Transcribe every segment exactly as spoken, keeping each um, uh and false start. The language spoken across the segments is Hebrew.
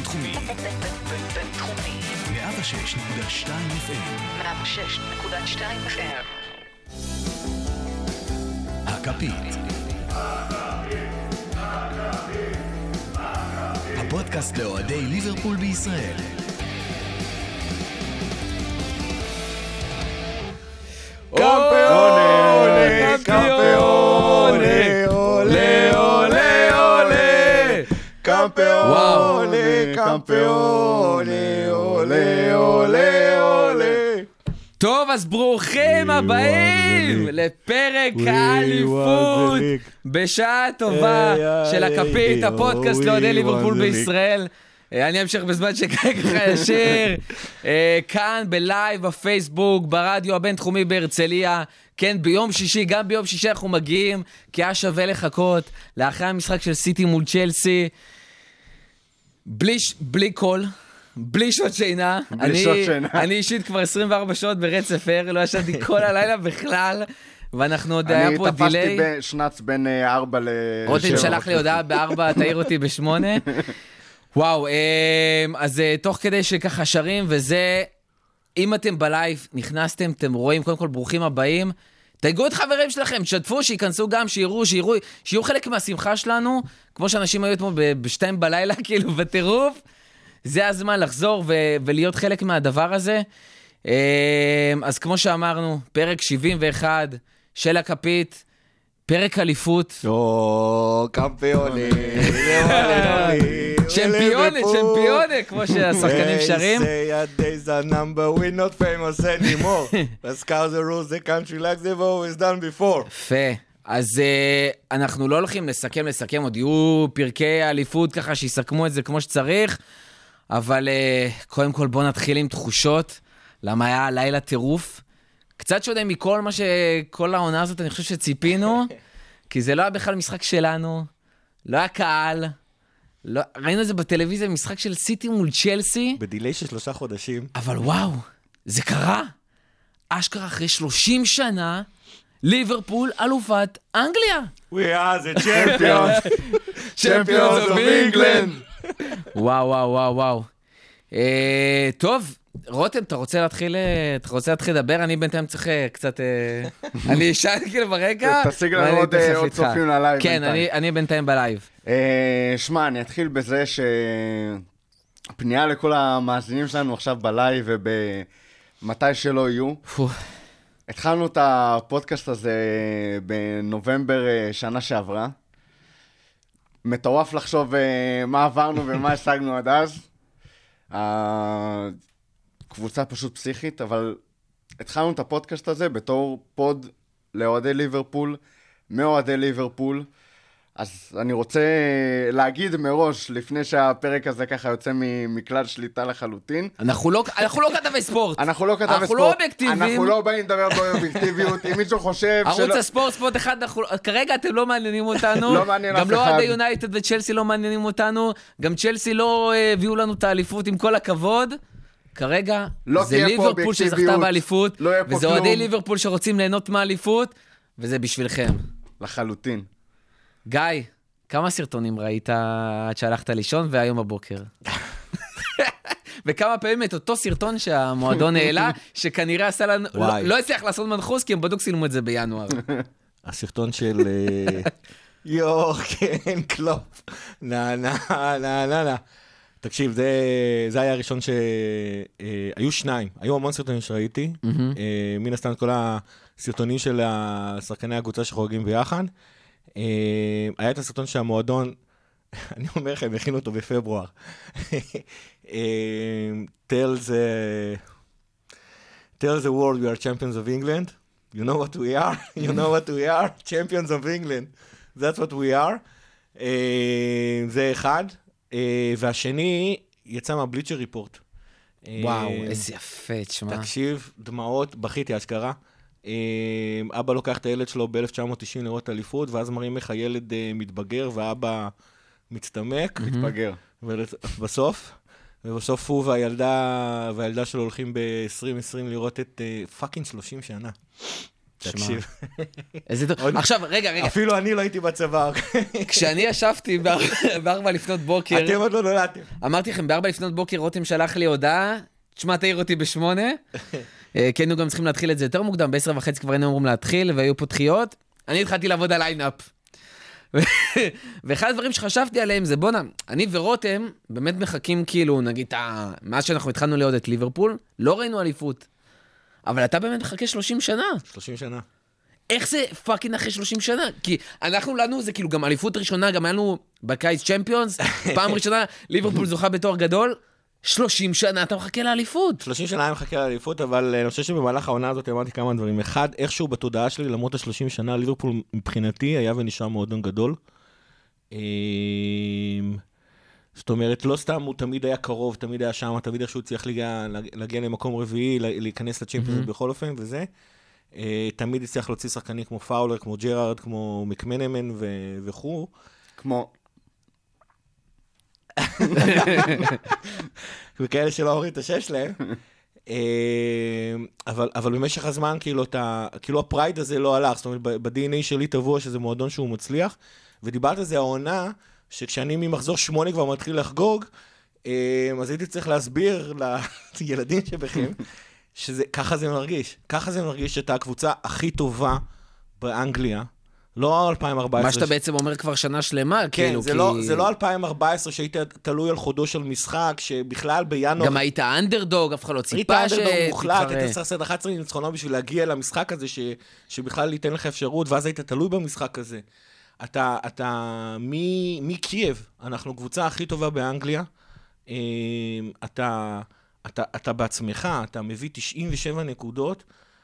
בינתחומי. בינתחומי. מאה ושש נקודה שתיים אף אם. מאה ושש נקודה שתיים אף אם. הכפית. הפודקאסט לאוהדי ליברפול בישראל. קמפיונה, קמפיונה, עולה, עולה, עולה. קמפיונה, קמפיונה, עולה, עולה, עולה. טוב, אז ברוכים הבאים לפרק האליפות בשעה טובה של הכפית, הפודקאסט לאוהדי ליברפול בישראל. אני אמשיך בזמן שככה ישיר, כאן בלייב, בפייסבוק, ברדיו הבינתחומי בהרצליה, כן, ביום שישי, גם ביום שישי אנחנו מגיעים, כי היה שווה לחכות, לאחרי המשחק של סיטי מול צ'לסי, בלי, בלי קול, בלי שעות שינה, בלי אני, שעות שינה. אני אישית כבר עשרים וארבע שעות ברצף ער, לא ישנתי כל הלילה בכלל, ואנחנו עוד היה פה דילי. אני תפסתי שנץ בין ארבע לשבע. רותם שלח לי הודעה בארבע, תעיר אותי בשמונה. וואו, אז תוך כדי שככה שרים, וזה, אם אתם בלייב, נכנסתם, אתם רואים, קודם כל ברוכים הבאים, תייגו את חברים שלכם, שתפו, שיכנסו גם, שיראו, שיראו, שיהיו חלק מהשמחה שלנו, כמו שאנשים היו אתמול בשתיים בלילה, כאילו, בטירוף, זה הזמן לחזור ו- ולהיות חלק מהדבר הזה. אז כמו שאמרנו, פרק שבעים ואחת של הכפית, פרק אליפות. או, קמפיונה. צ'מפיונה, צ'מפיונה, כמו שהשחקנים שרים. They say a day's a number, we're not famous anymore. Let's count the rules, the country like they've always done before. יפה. אז uh, אנחנו לא הולכים לסכם, לסכם, עוד יהיו פרקי האליפות ככה שיסכמו את זה כמו שצריך, אבל uh, קודם כל בוא נתחיל עם תחושות, למה היה לילה טירוף. קצת שונה מכל מה שכל העונה הזאת אני חושב שציפינו, כי זה לא היה בכלל משחק שלנו, לא היה קהל, לא, ראינו את זה בטלוויזיה, משחק של סיטי מול צ'לסי. בדילי של שלושה חודשים. אבל וואו, זה קרה. אשכרה אחרי שלושים שנה, ליברפול אלופת אנגליה. We are the champions. Champions of England. וואו, וואו, וואו, וואו. אה, טוב, רותם, אתה רוצה להתחיל, אתה רוצה להתחיל לדבר? אני בינתיים צריך קצת, אני אשאל כאילו ברקע. תשיג לנו עוד צופים ללייב. כן, אני בינתיים בלייב. שמע, אני אתחיל בזה שפנייה לכל המאזינים שלנו עכשיו בלייב ובמתי שלא יהיו. התחלנו את הפודקאסט הזה בנובמבר שנה שעברה. מטורף לחשוב מה עברנו ומה השגנו עד אז. קבוצה פשוט פסיכית, אבל התחלנו את הפודקאסט הזה בתור פוד לאוהדי ליברפול, מאוהדי ליברפול. אז אני רוצה להגיד מראש, לפני שהפרק הזה ככה יוצא מכלל שליטה לחלוטין. אנחנו לא, אנחנו לא כתבי ספורט. אנחנו לא כתבי ספורט. אנחנו לא אובייקטיביים. אנחנו לא באים לדבר באובייקטיביות. אם מישהו חושב שלא... ערוץ הספורט, ספורט אחד, אנחנו... כרגע אתם לא מעניינים אותנו. לא מעניין אף אחד. גם לא עד היונייטד וצ'לסי לא מעניינים אותנו. גם צ'לסי לא הביאו לנו את האליפות עם כל הכבוד. כרגע לא זה ליברפול שזכתה באליפות. לא וזה אוהדי ליברפול שרוצים ליהנות מהאליפות. וזה בשבילכם. לחלוטין. גיא, כמה סרטונים ראית עד שהלכת לישון והיום בבוקר? וכמה פעמים את אותו סרטון שהמועדון העלה, שכנראה עשה לנו, לא, לא הצליח לעשות מנחוס, כי הם בדוק צילמו את זה בינואר. הסרטון של... יו, כן, קלופ. נה, נה, נה, נה, נה. תקשיב, זה, זה היה הראשון שהיו שניים. היו המון סרטונים שראיתי. מן הסתם כל הסרטונים של השחקני הקבוצה שחוגגים ביחד. היה את הסרטון שהמועדון, אני אומר לכם, הכינו אותו בפברואר. Tell the, tell the world we are champions of England. You know what we are? You know what we are? Champions of England. That's what we are. זה אחד. והשני יצא מהבליצ'ר ריפורט. וואו, איזה יפה, תשמע. תקשיב, דמעות, בכיתי אשכרה. אבא לוקח את הילד שלו ב-אלף תשע מאות תשעים לראות אליפות, ואז מראים איך הילד מתבגר, ואבא מצטמק. מתבגר. ובסוף, ובסוף הוא והילדה, והילדה שלו הולכים ב-עשרים עשרים לראות את פאקינג שלושים שנה. תקשיב. איזה טוב. עכשיו, רגע, רגע. אפילו אני לא הייתי בצבא. כשאני ישבתי בארבע לפנות בוקר, אתם עוד לא נולדתם. אמרתי לכם, בארבע לפנות בוקר רותם שלח לי הודעה, תשמע, תעיר אותי בשמונה. כן, היינו גם צריכים להתחיל את זה יותר מוקדם, בעשר וחצי כבר היינו אמורים להתחיל, והיו פה דחיות. אני התחלתי לעבוד על ליינאפ. ואחד הדברים שחשבתי עליהם זה, בונה, אני ורותם באמת מחכים כאילו, נגיד, מאז שאנחנו התחלנו לראות את ליברפול, לא ראינו אליפות. אבל אתה באמת מחכה שלושים שנה. שלושים שנה. איך זה פאקינג אחרי שלושים שנה? כי אנחנו לנו, זה כאילו גם אליפות ראשונה, גם היה לנו בקיץ צ'מפיונס, פעם ראשונה ליברפול זוכה בתואר גדול, שלושים שנה אתה מחכה לאליפות. שלושים שנה אני מחכה לאליפות, אבל אני חושב שבמהלך העונה הזאת אמרתי כמה דברים. אחד, איכשהו בתודעה שלי, למרות ה-שלושים שנה, ליברפול מבחינתי היה ונשאר מועדון גדול. זאת אומרת, לא סתם הוא תמיד היה קרוב, תמיד היה שם, תמיד איכשהו צריך להגיע, להגיע למקום רביעי, להיכנס לצ'מפיונס בכל אופן, וזה. תמיד הצליח להוציא שחקנים כמו פאולר, כמו ג'רארד, כמו מקמנמן וכו'. כמו... וכאלה שלא הוריד את השש שלהם. אבל, אבל במשך הזמן, כאילו, אתה, כאילו הפרייד הזה לא הלך. זאת אומרת, ב-די אן איי שלי טבוע שזה מועדון שהוא מצליח, ודיברת על זה העונה, שכשאני ממחזור שמונה כבר מתחיל לחגוג, אז הייתי צריך להסביר לילדים שבכם, שככה זה מרגיש. ככה זה מרגיש שאתה הקבוצה הכי טובה באנגליה, לא אלפיים וארבע עשרה. מה שאתה בעצם אומר כבר שנה שלמה, כן, כאילו, זה, כי... לא, זה לא אלפיים וארבע עשרה שהיית תלוי על חודו של משחק, שבכלל בינואר... גם היית אנדרדוג, אף אחד לא ציפה היית אנדרדוג מוחלט, שתתחרה. היית צריך לעשות אחת עשרה ניצחונות בשביל להגיע למשחק הזה, ש, שבכלל ייתן לך אפשרות, ואז היית תלוי במשחק הזה. אתה, אתה, מ, מקייב, אנחנו קבוצה הכי טובה באנגליה, אתה, אתה, אתה בעצמך, אתה מביא תשעים ושבע נקודות,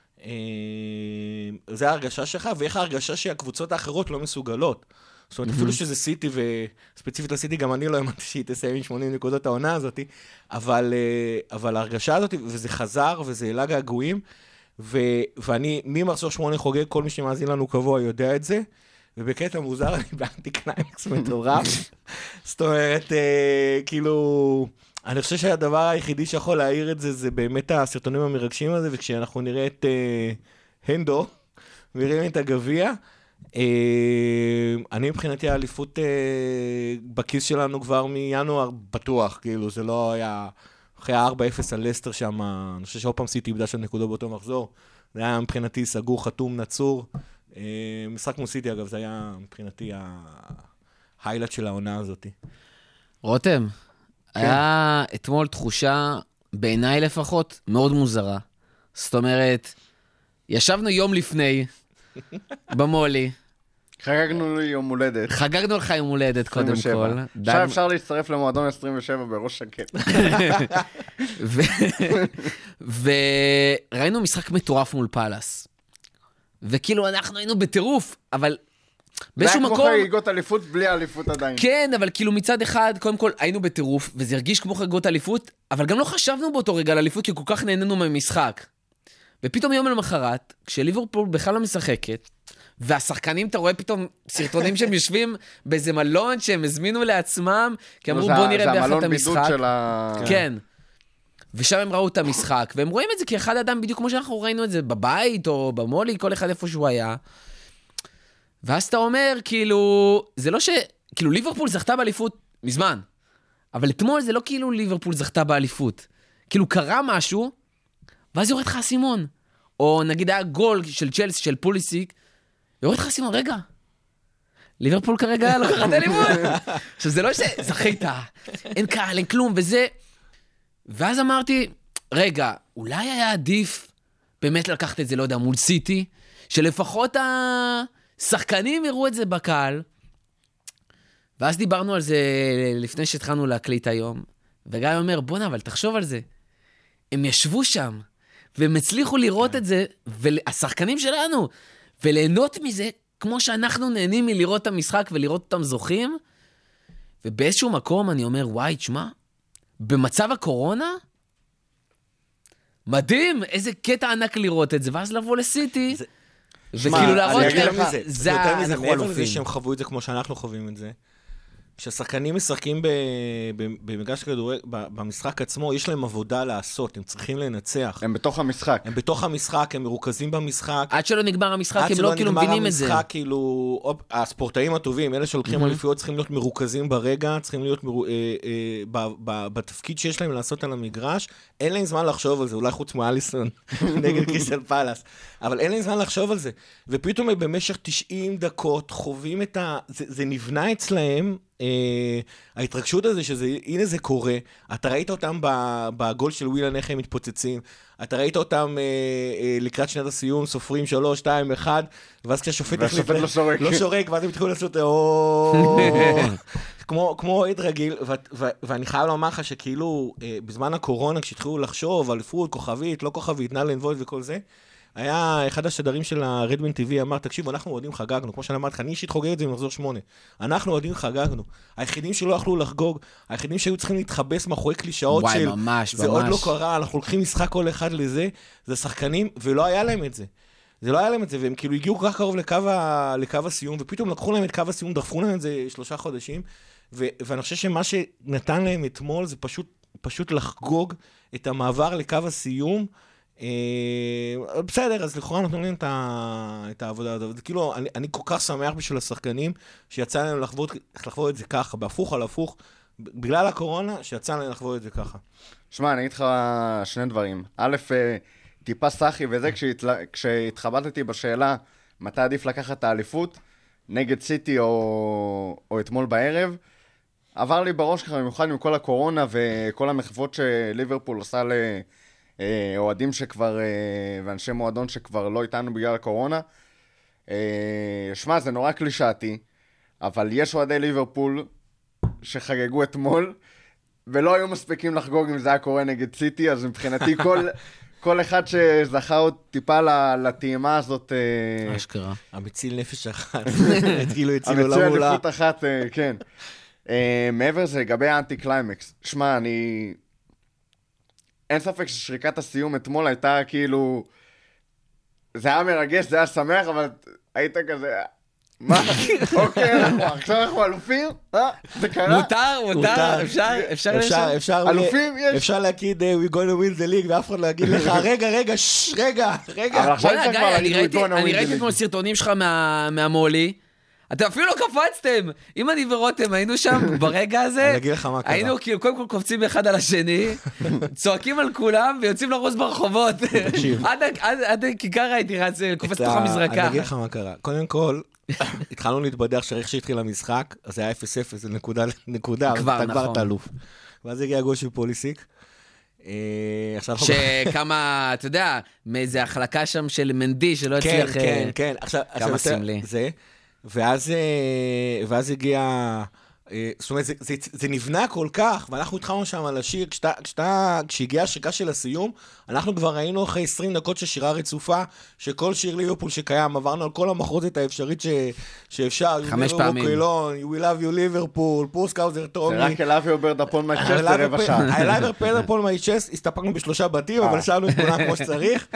זה ההרגשה שלך, ואיך ההרגשה שהקבוצות האחרות לא מסוגלות. זאת אומרת, אפילו שזה סיטי, וספציפית לסיטי, גם אני לא האמנתי שהיא תסיים עם שמונים נקודות העונה הזאת, אבל, אבל ההרגשה הזאת, וזה חזר, וזה העלה געגועים, ואני ממחזור שמונה חוגג, כל מי שמאזין לנו קבוע יודע את זה, ובקטע מוזר, אני באנטי קליימקס מטורף. זאת אומרת, כאילו... אני חושב שהדבר היחידי שיכול להעיר את זה, זה באמת הסרטונים המרגשים הזה, וכשאנחנו נראה את uh, הנדו, נראים את הגביע, uh, אני מבחינתי האליפות uh, בכיס שלנו כבר מינואר בטוח, כאילו זה לא היה אחרי ה-ארבע אפס על לסטר שם, אני חושב שעוד פעם סיטי איבדה של נקודות באותו מחזור, זה היה מבחינתי סגור, חתום, נצור, uh, משחק כמו סיטי אגב, זה היה מבחינתי ההיילט של העונה הזאת. רותם, היה אתמול תחושה, בעיניי לפחות, מאוד מוזרה. זאת אומרת, ישבנו יום לפני, במולי. חגגנו לי יום הולדת. חגגנו לך יום הולדת, קודם כל. עכשיו אפשר להצטרף למועדון עשרים ושבע בראש שקט. וראינו משחק מטורף מול פלאס. וכאילו אנחנו היינו בטירוף, אבל... זה היה כמו חגיגות אליפות בלי אליפות עדיין. כן, אבל כאילו מצד אחד, קודם כל היינו בטירוף, וזה הרגיש כמו חגיגות אליפות, אבל גם לא חשבנו באותו רגע על אליפות, כי כל כך נהנינו מהמשחק. ופתאום יום למחרת, כשליברפול בכלל לא משחקת, והשחקנים, אתה רואה פתאום סרטונים שהם יושבים באיזה מלון שהם הזמינו לעצמם, כי אמרו בוא נראה ביחד את המשחק. זה המלון בידוד של ה... כן. ושם הם ראו את המשחק, והם רואים את זה כאחד אדם, בדיוק כמו שאנחנו ראינו את זה בבית או במולי, כל אחד איפה שהוא היה. ואז אתה אומר, כאילו, זה לא ש... כאילו, ליברפול זכתה באליפות מזמן, אבל אתמול זה לא כאילו ליברפול זכתה באליפות. כאילו, קרה משהו, ואז יורד לך הסימון. או נגיד היה גול של צ'לסי, של פוליסיק, יורד לך הסימון, רגע. ליברפול כרגע לא קראת אליפות. עכשיו, זה לא שזכית, אין קהל, אין כלום, וזה... ואז אמרתי, רגע, אולי היה עדיף באמת לקחת את זה, לא יודע, מול סיטי, שלפחות השחקנים יראו את זה בקהל. ואז דיברנו על זה לפני שהתחלנו להקליט היום, וגיא אומר, בוא אבל תחשוב על זה. הם ישבו שם, והם הצליחו לראות את זה, והשחקנים שלנו, וליהנות מזה, כמו שאנחנו נהנים מלראות את המשחק ולראות אותם זוכים, ובאיזשהו מקום אני אומר, וואי, תשמע, במצב הקורונה, מדהים, איזה קטע ענק לראות את זה, ואז לבוא לסיטי, זה... וכאילו להראות להם, לך, זה, זה יותר מזה, אנחנו מעבר אלופים. לזה שהם חוו את זה כמו שאנחנו חווים את זה, כשהשחקנים משחקים במגרש כדורגל, במשחק עצמו, יש להם עבודה לעשות, הם צריכים לנצח. הם בתוך המשחק. הם בתוך המשחק, הם מרוכזים במשחק. עד שלא נגמר המשחק, הם לא כאילו מבינים את זה. עד שלא נגמר המשחק, כאילו, הספורטאים הטובים, אלה שהולכים אליפויות, צריכים להיות מרוכזים ברגע, צריכים להיות בתפקיד שיש להם לעשות על המגרש. אין להם זמן לחשוב על זה, אולי חוץ מאליסון נגד קריסטל פלאס. אבל אין להם זמן לחשוב על זה. ופתאום במשך תשעים דקות חווים את ה... זה נבנה אצלהם, אה, ההתרגשות הזה שזה, הנה זה קורה, אתה ראית אותם בגול של ווילן איך הם מתפוצצים, אתה ראית אותם אה, אה, לקראת שנת הסיום, סופרים שלוש, שתיים, אחד, ואז כשהשופט והשופט לא שורק. לא שורק, ואז הם התחילו לעשות, או... כמו, כמו עד רגיל, ו- ו- ואני חייב לומר לך שכאילו, אה, בזמן הקורונה, כשהתחילו לחשוב על פוד, כוכבית, לא כוכבית, נלן וויד וכל זה, היה אחד השדרים של הרדמן טי וי, אמר, תקשיב, אנחנו אוהדים חגגנו, כמו שאני אמרת לך, אני אישית חוגג את זה במחזור שמונה. אנחנו אוהדים חגגנו. היחידים שלא יכלו לחגוג, היחידים שהיו צריכים להתחבס מאחורי קלישאות וואי, של... ממש, זה ממש. עוד לא קרה, אנחנו לוקחים משחק כל אחד לזה, זה שחקנים, ולא היה להם את זה. זה לא היה להם את זה, והם כאילו הגיעו כל כך קרוב לקו, ה... לקו הסיום, ופתאום לקחו להם את קו הסיום, דחפו להם את זה שלושה חודשים, ו... ואני חושב שמה שנתן להם אתמול, זה פשוט, פשוט לחגוג את המעבר לקו הסיום, בסדר, אז לכאורה נותנים להם את העבודה הזאת. כאילו, אני כל כך שמח בשביל השחקנים, שיצא להם לחוות את זה ככה, בהפוך על הפוך, בגלל הקורונה, שיצא להם לחוות את זה ככה. שמע, אני אגיד לך שני דברים. א', טיפה סחי וזה, כשהתחבטתי בשאלה, מתי עדיף לקחת את האליפות, נגד סיטי או אתמול בערב, עבר לי בראש ככה, במיוחד עם כל הקורונה וכל המחוות שליברפול עושה ל... אוהדים שכבר, ואנשי מועדון שכבר לא איתנו בגלל הקורונה. שמע, זה נורא קלישאתי, אבל יש אוהדי ליברפול שחגגו אתמול, ולא היו מספיקים לחגוג אם זה היה קורה נגד סיטי, אז מבחינתי כל, כל אחד שזכה עוד טיפה לטעימה הזאת... אשכרה. המציל נפש אחת. כאילו הצילו המציל למולה. נפות אחת, כן. מעבר זה, לגבי האנטי קליימקס. שמע, אני... אין ספק ששריקת הסיום אתמול הייתה כאילו... זה היה מרגש, זה היה שמח, אבל היית כזה... מה? אוקיי, עכשיו אנחנו אלופים? אה? זה קרה? מותר, מותר, אפשר, אפשר אפשר, אלופים יש. אפשר להגיד, we gonna win the league, ואף אחד לא יגיד לך, רגע, רגע, שש, רגע, רגע. אבל עכשיו אתה כבר להגיד, we gonna win the league. אני ראיתי אתמול סרטונים שלך מהמולי, אתם אפילו לא קפצתם. אם אני ורותם היינו שם ברגע הזה, אני אגיד לך מה קרה. היינו כאילו קודם כל קופצים אחד על השני, צועקים על כולם ויוצאים לרוץ ברחובות. עד כיכר הייתי רץ, קופץ תוך המזרקה. אני אגיד לך מה קרה. קודם כל, התחלנו להתבדח שאיך שהתחיל המשחק, אז זה היה אפס אפס, זה נקודה, נקודה, כבר, אתה כבר נכון. תעלוף. ואז הגיע הגול של פוליסיק. שכמה, אתה יודע, מאיזה החלקה שם של מנדי שלא הצליח... כן, כן, כן. עכשיו, כמה סמלי. זה... ואז, ואז הגיע, זאת אומרת, זה, זה, זה נבנה כל כך, ואנחנו התחלנו שם על השיר, כשאתה, כשאתה, כשהגיעה השריקה של הסיום, אנחנו כבר ראינו אחרי עשרים דקות של שירה רצופה, שכל שיר ליברפול שקיים, עברנו על כל המחרוזת האפשרית ש, שאפשר. חמש פעמים. You will love you ליברפול, פורסקאוזר טומי. זה רק אלאבי עובר דפון מהצ'סט לרבע שעה. אלאבי עובר דפון מהצ'סט, הסתפקנו בשלושה בתים, אבל שאלנו את כולם כמו שצריך.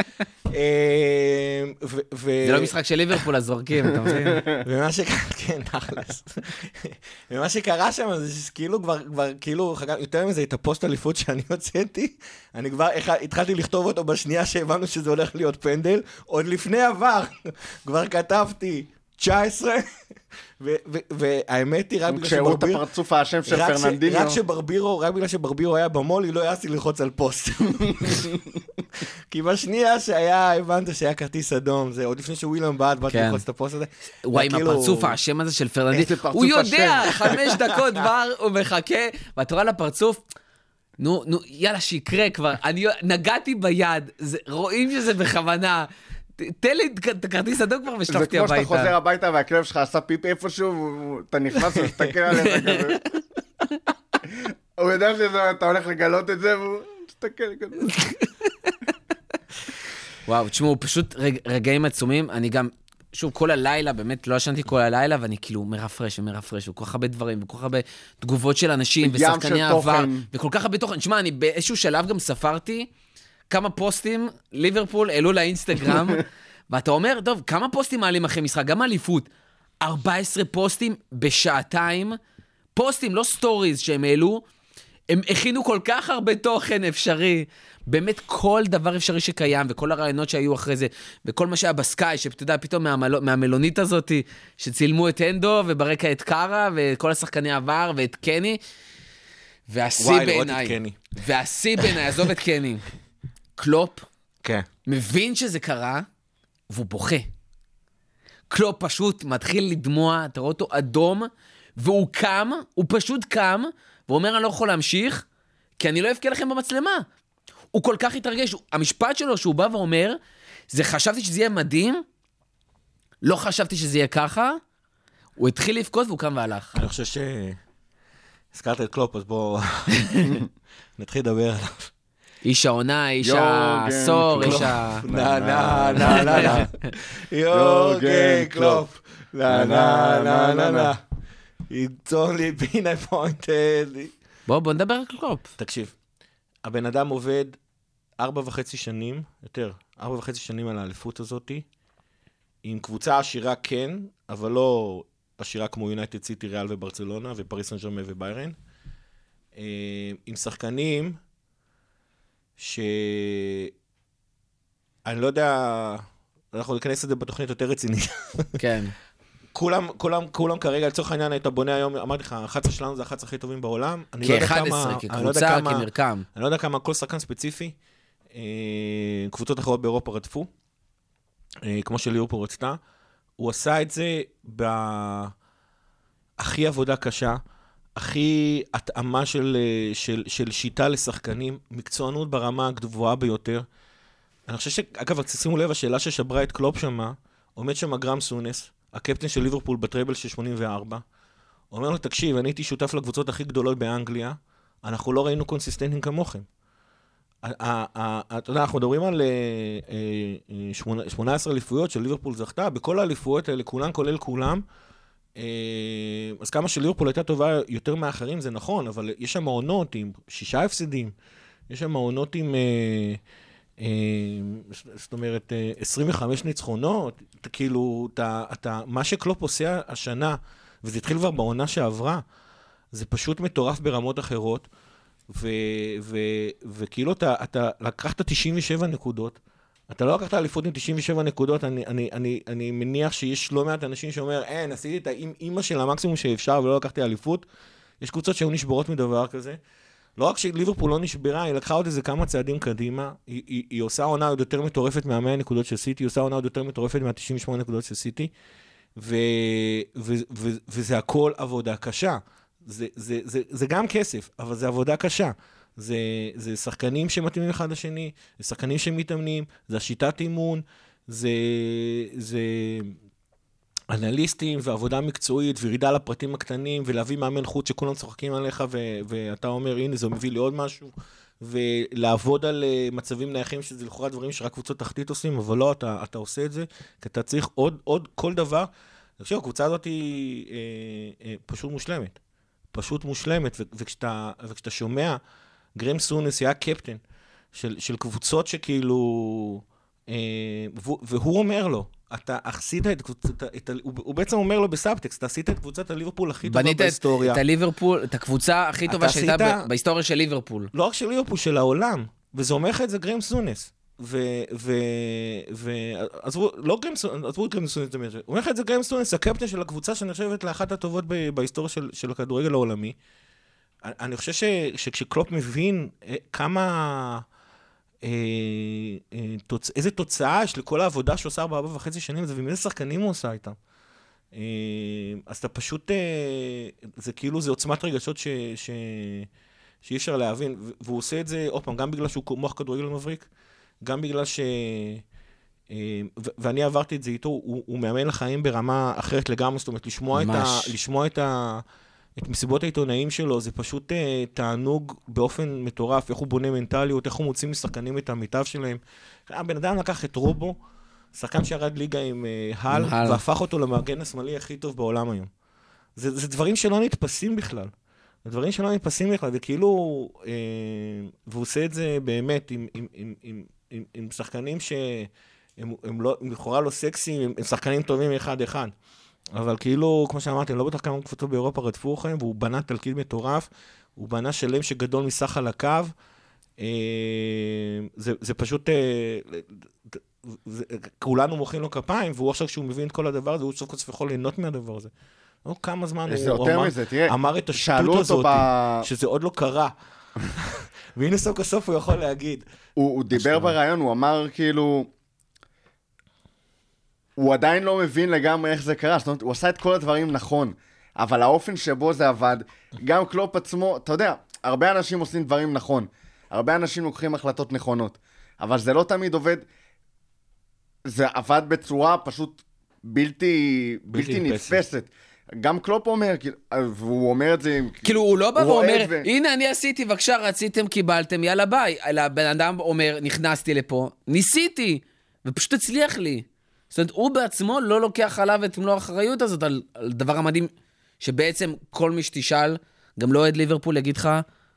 זה לא משחק של ליברפול, אז זורקים, אתה מבין? ומה שקרה, כן, נחלס. ומה שקרה שם, זה שכאילו כבר, כבר, כאילו, יותר מזה, את הפוסט אליפות שאני הוצאתי, אני כבר התחלתי לכתוב אותו בשנייה שהבנו שזה הולך להיות פנדל, עוד לפני עבר, כבר כתבתי תשע עשרה, והאמת היא, רק בגלל שברבירו... כשהראו את הפרצוף האשם של פרננדיניו. רק שברבירו, רק בגלל שברבירו היה במולי, לא יעשי ללחוץ על פוסט. כי בשנייה שהיה, הבנת שהיה כרטיס אדום, זה עוד לפני שווילם בעד, באתי ללחוץ את הפוסט הזה. וואי, עם הפרצוף האשם הזה של פרננדיניו, הוא יודע, חמש דקות כבר, הוא מחכה, ואתה רואה לפרצוף, נו, נו, יאללה, שיקרה כבר, אני נגעתי ביד, רואים שזה בכוונה, תן לי את הכרטיס אדום כבר ושלחתי הביתה. זה כמו שאתה חוזר הביתה והכלב שלך עשה פיפ איפשהו, אתה נכנס ומסתכל עליך כזה. הוא יודע שאתה הולך לגלות את זה, והוא מסתכל כזה. וואו, תשמעו, פשוט רגעים עצומים, אני גם, שוב, כל הלילה, באמת לא ישנתי כל הלילה, ואני כאילו מרפרש ומרפרש, וכל כך הרבה דברים, וכל כך הרבה תגובות של אנשים, ושחקני העבר, וכל כך הרבה תוכן. תשמע, אני באיזשהו שלב גם ספרתי, כמה פוסטים ליברפול העלו לאינסטגרם, ואתה אומר, טוב, כמה פוסטים מעלים אחרי משחק? גם אליפות. ארבעה עשר פוסטים בשעתיים, פוסטים, לא סטוריז שהם העלו, הם הכינו כל כך הרבה תוכן אפשרי, באמת כל דבר אפשרי שקיים, וכל הרעיונות שהיו אחרי זה, וכל מה שהיה בסקאי, שאתה יודע, פתאום מהמל... מהמלונית הזאת, שצילמו את הנדו, וברקע את קארה, וכל השחקני עבר, ואת קני, והשיא בעיניי, והשיא בעיניי, עזוב את קני, קלופ, כן. מבין שזה קרה, והוא בוכה. קלופ פשוט מתחיל לדמוע, אתה רואה אותו אדום, והוא קם, הוא פשוט קם, ואומר, אני לא יכול להמשיך, כי אני לא אבכה לכם במצלמה. הוא כל כך התרגש, המשפט שלו שהוא בא ואומר, זה חשבתי שזה יהיה מדהים, לא חשבתי שזה יהיה ככה, הוא התחיל לבכות והוא קם והלך. אני חושב ש... הזכרת את קלופ, אז בואו נתחיל לדבר עליו. איש העונה, איש העשור, איש ה... נה נה נה נה נה יורגן קלופ נה נה נה נה נה It's only been appointed. בואו בוא נדבר על קלופ. תקשיב, הבן אדם עובד ארבע וחצי שנים, יותר, ארבע וחצי שנים על האליפות הזאת, עם קבוצה עשירה כן, אבל לא עשירה כמו יונייטד סיטי, ריאל וברצלונה, ופריס סן ז'רמן וביירן, עם שחקנים ש... אני לא יודע, אנחנו ניכנס את זה בתוכנית יותר רצינית. כן. כולם, כולם, כולם כרגע, לצורך העניין, היית בונה היום, אמרתי לך, ה-אחת עשרה שלנו זה ה-אחת עשרה הכי טובים בעולם. כ-אחת עשרה, כקבוצה, כמרקם. אני לא יודע כמה כל שחקן ספציפי, קבוצות אחרות באירופה רדפו, כמו שליברפול רצתה. הוא עשה את זה בהכי עבודה קשה, הכי התאמה של, של, של שיטה לשחקנים, מקצוענות ברמה הגבוהה ביותר. אני חושב שאגב, שימו לב, השאלה ששברה את קלופ שמה, עומד שם גרם סונס, הקפטן של ליברפול בטראבל של שמונים וארבע, אומר לו, תקשיב, אני הייתי שותף לקבוצות הכי גדולות באנגליה, אנחנו לא ראינו קונסיסטנטים כמוכם. אתה יודע, אנחנו מדברים על שמונה עשרה אליפויות של ליברפול זכתה, בכל האליפויות האלה, כולם כולל כולם, אז כמה שליברפול הייתה טובה יותר מאחרים, זה נכון, אבל יש שם עונות עם שישה הפסדים, יש שם עונות עם... זאת אומרת, עשרים וחמש ניצחונות, כאילו, אתה, אתה, מה שקלופ עושה השנה, וזה התחיל כבר בעונה שעברה, זה פשוט מטורף ברמות אחרות, ו, ו, וכאילו אתה, אתה לקחת תשעים ושבע נקודות, אתה לא לקחת אליפות עם תשעים ושבע נקודות, אני, אני, אני, אני מניח שיש לא מעט אנשים שאומר, אין, עשיתי את האמא של המקסימום שאפשר ולא לקחתי אליפות, יש קבוצות שהיו נשברות מדבר כזה, לא רק שליברפול לא נשברה, היא לקחה עוד איזה כמה צעדים קדימה, היא, היא, היא עושה עונה עוד יותר מטורפת מה-מאה נקודות של סיטי, היא עושה עונה עוד יותר מטורפת מה-תשעים ושמונה נקודות של סיטי, ו, ו, ו, וזה הכל עבודה קשה. זה, זה, זה, זה גם כסף, אבל זה עבודה קשה. זה, זה שחקנים שמתאימים אחד לשני, זה שחקנים שמתאמנים, זה השיטת אימון, זה, זה אנליסטים ועבודה מקצועית, וירידה לפרטים הקטנים, ולהביא מאמן חוץ שכולם צוחקים עליך, ו- ואתה אומר, הנה, זה מביא לי עוד משהו, ולעבוד על מצבים נייחים, שזה לכאורה דברים שרק קבוצות תחתית עושים, אבל לא, אתה, אתה עושה את זה, כי אתה צריך עוד, עוד כל דבר. אני חושב, הקבוצה הזאת היא אה, אה, פשוט מושלמת. פשוט מושלמת, ו- וכשאתה, וכשאתה שומע, גרם סונס היה קפטן של, של קבוצות שכאילו, אה, והוא אומר לו, אתה עשית את קבוצת, את, הוא, הוא בעצם אומר לו בסאבטקסט, אתה עשית את קבוצת הליברפול הכי טובה בהיסטוריה. בנית את הליברפול, את הקבוצה הכי טובה שהייתה עשית, בהיסטוריה של ליברפול. לא רק של ליברפול, של העולם, וזה אומר לך את זה גרם סונס. ו... ו... ו... עזבו, לא גרם סונס, עזבו את גרם סונס, הוא אומר לך את זה גרם סונס, הקפטן של הקבוצה שנחשבת לאחת הטובות ב... בהיסטוריה של, של הכדורגל העולמי. אני חושב ש... שכשקלופ מבין כמה... איזה תוצאה יש לכל העבודה שעושה בארבע וחצי שנים, זה ומאיזה שחקנים הוא עושה איתם. אז אתה פשוט, זה כאילו, זה עוצמת רגשות שאי אפשר להבין, והוא עושה את זה, עוד פעם, גם בגלל שהוא מוח כדורגל מבריק, גם בגלל ש... ואני עברתי את זה איתו, הוא מאמן לחיים ברמה אחרת לגמרי, זאת אומרת, לשמוע את ה... את מסיבות העיתונאים שלו, זה פשוט uh, תענוג באופן מטורף, איך הוא בונה מנטליות, איך הוא מוציא משחקנים את המיטב שלהם. הבן אדם לקח את רובו, שחקן שירד ליגה עם uh, הל, והפך אותו למארגן השמאלי הכי טוב בעולם היום. זה, זה דברים שלא נתפסים בכלל. זה דברים שלא נתפסים בכלל, וכאילו, uh, והוא עושה את זה באמת עם, עם, עם, עם, עם, עם שחקנים שהם הם לא, הם לכאורה לא סקסיים, הם, הם שחקנים טובים אחד אחד. אבל כאילו, כמו שאמרתי, אני לא בטח כמה קבוצות באירופה רדפו לכם, והוא בנה תלכיד מטורף, הוא בנה שלם שגדול מסך על הקו, זה, זה פשוט, זה, כולנו מוחאים לו כפיים, והוא עכשיו כשהוא מבין את כל הדבר הזה, הוא סוף כל סוף יכול ליהנות מהדבר הזה. לא כמה זמן הוא, הוא אמר, מזה, תראה, אמר את השטות הזאת, ב... שזה עוד לא קרה. והנה סוף כל סוף הוא יכול להגיד. הוא, הוא דיבר ברעיון, הוא אמר כאילו, הוא עדיין לא מבין לגמרי איך זה קרה, זאת אומרת, הוא עשה את כל הדברים נכון, אבל האופן שבו זה עבד, גם קלופ עצמו, אתה יודע, הרבה אנשים עושים דברים נכון, הרבה אנשים לוקחים החלטות נכונות, אבל זה לא תמיד עובד, זה עבד בצורה פשוט בלתי, בלתי נתפסת. גם קלופ אומר, והוא אומר את זה... כאילו הוא לא בא ואומר, הנה אני עשיתי, בבקשה, רציתם, קיבלתם, יאללה ביי. הבן אדם אומר, נכנסתי לפה, ניסיתי, ופשוט הצליח לי. זאת אומרת, הוא בעצמו לא לוקח עליו את מלוא האחריות הזאת, על, על דבר המדהים, שבעצם כל מי שתשאל, גם לא עד ליברפול יגיד לך,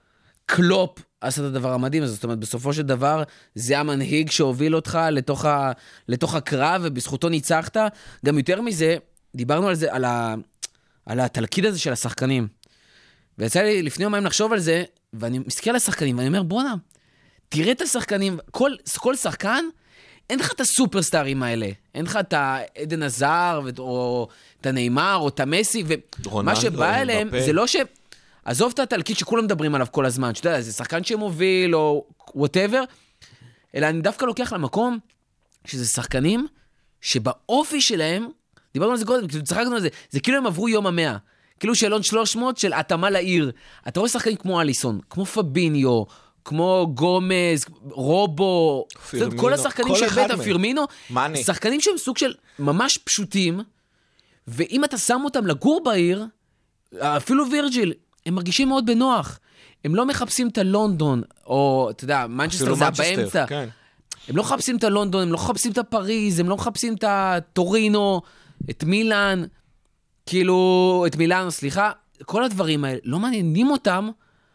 קלופ עשה את הדבר המדהים הזה. זאת אומרת, בסופו של דבר, זה המנהיג שהוביל אותך לתוך, ה, לתוך הקרב, ובזכותו ניצחת. גם יותר מזה, דיברנו על זה, על, ה, על התלכיד הזה של השחקנים. ויצא לי לפני יומיים לחשוב על זה, ואני מסתכל על השחקנים, ואני אומר, בוא'נה, תראה את השחקנים, כל, כל שחקן, אין לך את הסופרסטארים האלה. אין לך את העדן הזר, או את הנאמר, או את המסי, ומה שבא אליהם, זה לא ש... עזוב את התלכיד שכולם מדברים עליו כל הזמן, שאתה יודע, זה שחקן שמוביל, או whatever, אלא אני דווקא לוקח למקום, שזה שחקנים, שבאופי שלהם, דיברנו על זה קודם, כאילו צחקנו על זה, זה כאילו הם עברו יום המאה, כאילו שאלון שלוש מאות של התאמה לעיר. אתה רואה שחקנים כמו אליסון, כמו פביניו, כמו גומז, רובו, פרמינו, כל השחקנים שבאת, פירמינו, מאני. שחקנים שהם סוג של ממש פשוטים, ואם אתה שם אותם לגור בעיר, אפילו וירג'יל, הם מרגישים מאוד בנוח. הם לא מחפשים את הלונדון, או, אתה יודע, מנצ'סטר זה באמצע. כן. הם לא מחפשים את הלונדון, הם לא מחפשים את הפריז, הם לא מחפשים את הטורינו, את מילאן, כאילו, את מילאנו, סליחה, כל הדברים האלה, לא מעניינים אותם,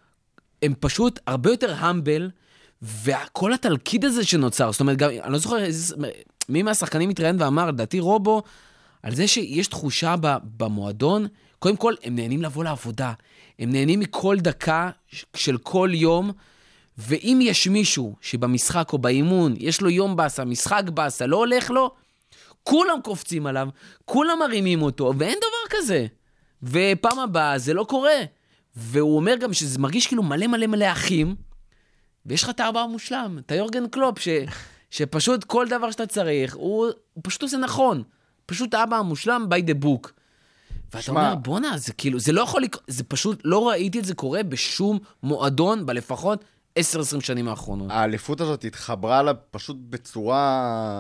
הם פשוט הרבה יותר המבל, וכל התלכיד הזה שנוצר, זאת אומרת, גם, אני לא זוכר, מי מהשחקנים התראיין ואמר, לדעתי רובו, על זה שיש תחושה במועדון, קודם כל, הם נהנים לבוא לעבודה, הם נהנים מכל דקה של כל יום, ואם יש מישהו שבמשחק או באימון, יש לו יום בסה, משחק בסה, לא הולך לו, כולם קופצים עליו, כולם מרימים אותו, ואין דבר כזה. ופעם הבאה זה לא קורה. והוא אומר גם שזה מרגיש כאילו מלא מלא מלא אחים, ויש לך את הארבע המושלם, את היורגן קלופ, ש, שפשוט כל דבר שאתה צריך, הוא, הוא פשוט עושה נכון. פשוט הארבע המושלם by the book. ואתה שמה... אומר, בונה, זה כאילו, זה לא יכול לקרות, זה פשוט, לא ראיתי את זה קורה בשום מועדון, בלפחות עשר עשרים שנים האחרונות. האליפות הזאת התחברה לה פשוט בצורה...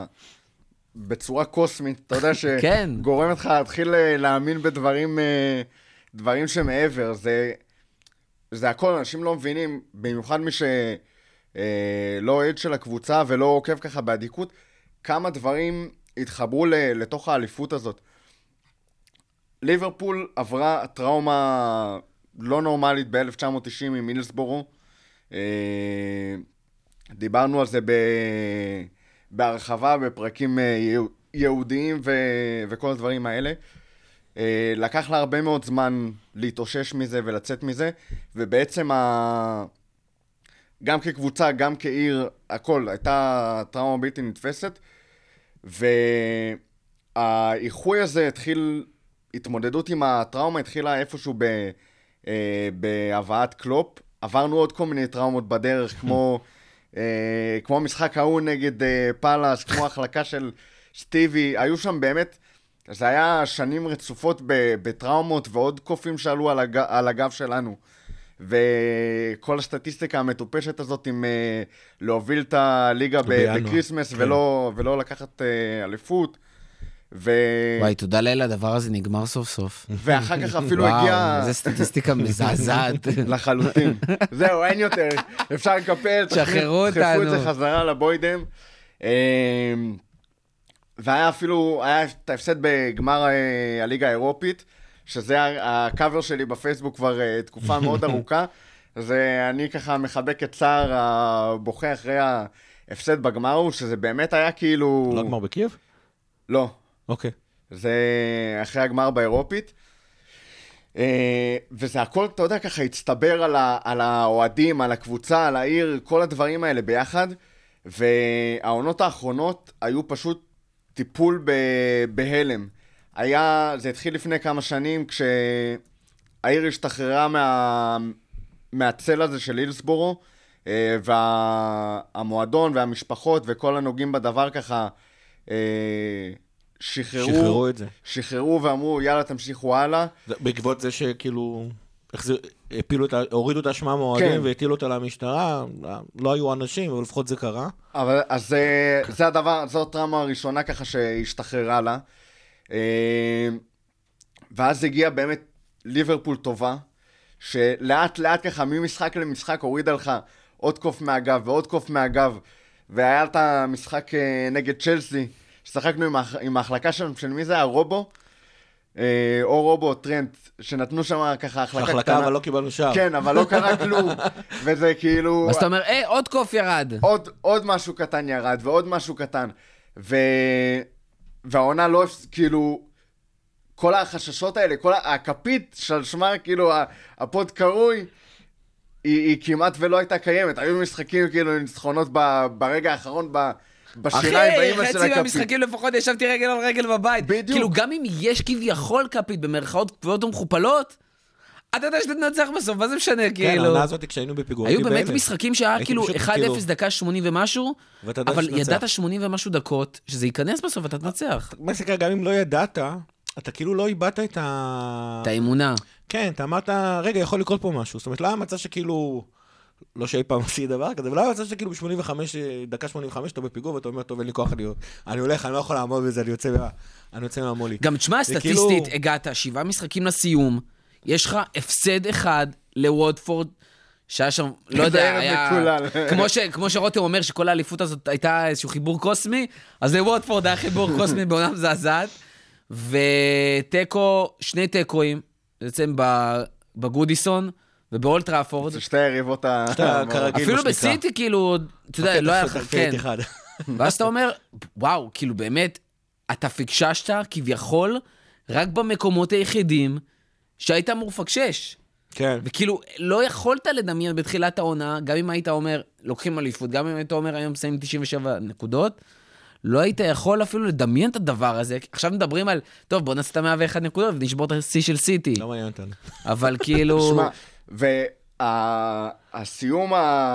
בצורה קוסמית, אתה יודע שגורם לך להתחיל להאמין בדברים דברים שמעבר, זה, זה הכל, אנשים לא מבינים, במיוחד מי שלא אוהד של הקבוצה ולא עוקב ככה בעדיקות, כמה דברים התחברו לתוך האליפות הזאת. ליברפול עברה טראומה לא נורמלית ב-אלף תשע מאות תשעים עם מילסבורו, דיברנו על זה ב... בהרחבה, בפרקים יהודיים ו... וכל הדברים האלה. לקח לה הרבה מאוד זמן להתאושש מזה ולצאת מזה, ובעצם ה... גם כקבוצה, גם כעיר, הכל, הייתה טראומה בלתי נתפסת, והאיחוי הזה התחיל, התמודדות עם הטראומה התחילה איפשהו ב... בהבאת קלופ, עברנו עוד כל מיני טראומות בדרך, כמו... Uh, כמו המשחק ההוא נגד uh, פלאס, כמו החלקה של סטיבי, היו שם באמת, זה היה שנים רצופות בטראומות ועוד קופים שעלו על, הג, על הגב שלנו. וכל הסטטיסטיקה המטופשת הזאת עם uh, להוביל את הליגה בקריסמס כן. ולא, ולא לקחת uh, אליפות. ו... וואי, תודה לאל, הדבר הזה נגמר סוף סוף. ואחר כך אפילו וואו, הגיע... וואו, איזה סטטיסטיקה מזעזעת. לחלוטין. זהו, אין יותר. אפשר לקפל, שחררו תחפו אותנו. את זה חזרה לבוידם. והיה אפילו, היה את ההפסד בגמר הליגה האירופית, שזה הקאבר שלי בפייסבוק כבר תקופה מאוד ארוכה. אז אני ככה מחבק את צער הבוכה אחרי ההפסד בגמר, שזה באמת היה כאילו... לא גמר בקייב? לא. אוקיי. זה אחרי הגמר באירופית. וזה הכל, אתה יודע, ככה הצטבר על, ה, על האוהדים, על הקבוצה, על העיר, כל הדברים האלה ביחד. והעונות האחרונות היו פשוט טיפול ב, בהלם. היה, זה התחיל לפני כמה שנים, כשהעיר השתחררה מה, מהצל הזה של הילסבורו, והמועדון והמשפחות וכל הנוגעים בדבר ככה שחררו, שחררו את זה. שחררו ואמרו, יאללה, תמשיכו הלאה. בעקבות זה שכאילו, הפילו את, הורידו את האשמה מהאוהדים והטילו אותה למשטרה, לא היו אנשים, אבל לפחות זה קרה. אבל אז זה, זה הדבר, זו הטראומה הראשונה ככה שהשתחררה לה. ואז הגיעה באמת ליברפול טובה, שלאט לאט ככה ממשחק למשחק הורידה לך עוד קוף מהגב ועוד קוף מהגב, והיה את המשחק נגד צ'לסי, ששחקנו עם, ההח... עם ההחלקה שלנו, של מי זה היה? רובו? אה, או רובו או טרנט, שנתנו שם ככה החלקה קטנה. החלקה, אבל לא קיבלנו שער. כן, אבל לא קרה כלום, וזה כאילו... אז אתה אומר, אה, עוד קוף ירד. עוד, עוד משהו קטן ירד, ועוד משהו קטן. ו... והעונה לא, כאילו... כל החששות האלה, כל הכפית של שמה, כאילו, הפוד קרוי, היא, היא כמעט ולא הייתה קיימת. היו משחקים, כאילו, ניצחונות ברגע האחרון, בשיניים, באמא של הכפית. אחי, חצי מהמשחקים לפחות ישבתי רגל על רגל בבית. בדיוק. כאילו, גם אם יש כביכול כפית, במרכאות קבועות ומכופלות, אתה יודע שאתה תנצח בסוף, מה זה משנה, כאילו? כן, העונה הזאת, כשהיינו בפיגור, היו באמת משחקים שהיה כאילו אחד אפס דקה שמונים ומשהו, אבל ידעת שמונים ומשהו דקות, שזה ייכנס בסוף, אתה תנצח. מסיקה, גם אם לא ידעת, אתה כאילו לא איבדת את ה... את האמונה. כן, אתה אמרת, רגע, יכול לקרות פה משהו. זאת אומרת, לא היה מצב שכאילו, לא שאי פעם עשי דבר כזה, אבל לא היה מצב שכאילו ב-שמונים וחמש, דקה שמונים וחמש, אתה בפיגור, ואתה אומר, טוב, אין לי כוח, אני, אני הולך, אני לא יכול לעמוד בזה, אני יוצא, אני יוצא מהמולי. גם תשמע, סטטיסטית, הגעת, שבעה משחקים לסיום, יש לך הפסד אחד לוודפורד, שהיה שם, לא יודע, היה... כמו, ש, כמו שרותם אומר שכל האליפות הזאת הייתה איזשהו חיבור קוסמי, אז לוודפורד היה חיבור קוסמי בעונה מזעזעת, וטקו, שני טקואים, בעצם בגודיסון ובאולט טראפורד. זה שתי היריבות ה... אפילו בסיטי, כאילו, אתה יודע, לא היה לך, כן. ואז אתה אומר, וואו, כאילו באמת, אתה פיקששת כביכול רק במקומות היחידים שהיית מורפקשש. כן. וכאילו, לא יכולת לדמיין בתחילת העונה, גם אם היית אומר, לוקחים אליפות, גם אם היית אומר, היום מסיים תשעים ושבע נקודות, לא היית יכול אפילו לדמיין את הדבר הזה. עכשיו מדברים על, טוב, בוא נעשה את מאה ואחת נקודות ונשבור את השיא של סיטי. לא מעניין אותנו. אבל כאילו... שמע, והסיום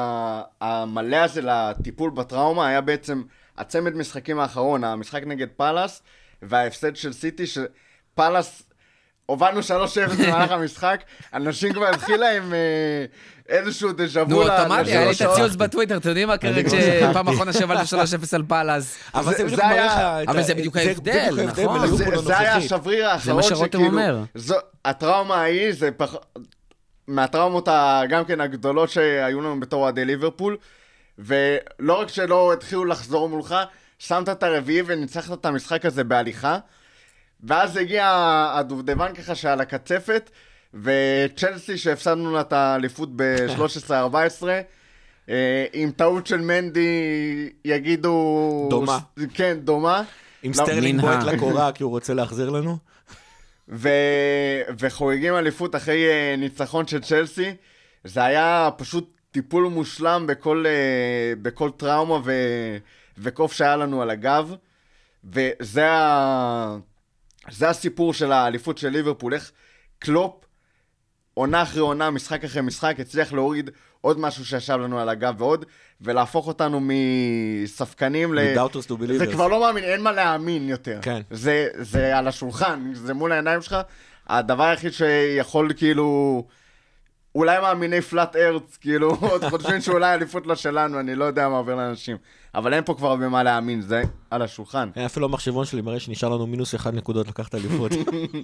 המלא הזה לטיפול בטראומה היה בעצם הצמד משחקים האחרון, המשחק נגד פלאס וההפסד של סיטי, שפלאס, הובלנו שלוש אפס במהלך המשחק, אנשים כבר התחילה עם איזשהו דז'אבו. נו, אוטומטי, היה לי את הציוץ בטוויטר, אתם יודעים מה קרה כשפעם אחרונה שהובלנו שלוש אפס על פלאס. אבל זה בדיוק ההבדל, נכון. זה היה השבריר האחרון שכאילו, הטראומה ההיא, זה מהטראומות גם כן הגדולות שהיו לנו בתור אוהדי ליברפול, ולא רק שלא התחילו לחזור מולך, שמת את הרביעי וניצחת את המשחק הזה בהליכה, ואז הגיע הדובדבן ככה שעל הקצפת, וצ'לסי שהפסדנו לה את האליפות ב-שלוש עשרה ארבע עשרה, עם טעות של מנדי יגידו... דומה. כן, דומה. עם סטרלינג בועט לקורה, כי הוא רוצה להחזיר לנו. ו... וחוגגים אליפות אחרי ניצחון של צ'לסי. זה היה פשוט טיפול מושלם בכל, בכל טראומה ו... וקוף שהיה לנו על הגב. וזה ה... זה הסיפור של האליפות של ליברפול, איך קלופ, עונה אחרי עונה, משחק אחרי משחק, הצליח להוריד עוד משהו שישב לנו על הגב ועוד, ולהפוך אותנו מספקנים ל... מ-doubters to believers. זה כבר לא מאמין, אין מה להאמין יותר. כן. זה, זה על השולחן, זה מול העיניים שלך. הדבר היחיד שיכול כאילו... אולי מאמיני פלאט ארץ, כאילו, עוד חודשים שאולי האליפות לא שלנו, אני לא יודע מה עובר לאנשים. אבל אין פה כבר במה להאמין, זה על השולחן. אפילו המחשבון שלי מראה שנשאר לנו מינוס אחד נקודות לקחת אליפות.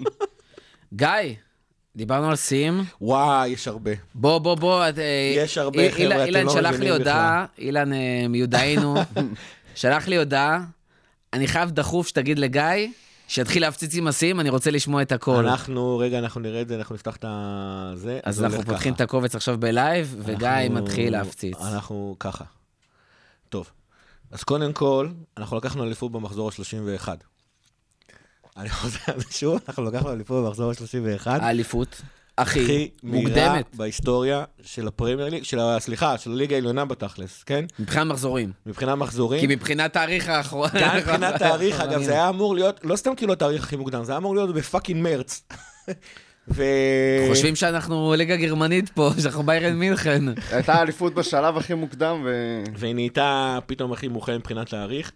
גיא, דיברנו על סיים. וואי, יש הרבה. בוא, בוא, בוא. יש הרבה, חבר'ה, אתם לא אילן שלח לי מבינים הודעה, אילן מיודענו, שלח לי הודעה, אני חייב דחוף שתגיד לגיא, שיתחיל להפציץ עם הסיים, אני רוצה לשמוע את הכל. אנחנו, רגע, אנחנו נראה את זה, אנחנו נפתח את זה. אז אנחנו פותחים את הקובץ עכשיו בלייב, וגיא מתחיל להפציץ. אנחנו ככה. טוב. אז קודם כל, אנחנו לקחנו אליפות במחזור ה-שלושים ואחת. אני חוזר על זה שוב, אנחנו לקחנו אליפות במחזור ה-שלושים ואחת. האליפות הכי הכי מהירה מוקדמת. בהיסטוריה של הפרמייר ליג, של ה- סליחה, של הליגה העליונה בתכלס, כן? מבחינת מחזורים. מבחינת מחזורים. כי מבחינת תאריך האחרון... גם מבחינת תאריך, אגב, זה היה אמור להיות, לא סתם כאילו התאריך הכי מוקדם, זה היה אמור להיות בפאקינג מרץ. ו... חושבים שאנחנו ליגה גרמנית פה, שאנחנו ביירן מינכן. הייתה אליפות בשלב הכי מוקדם, ו... והיא נהייתה פתאום הכי מאוחרת מבחינת תאריך.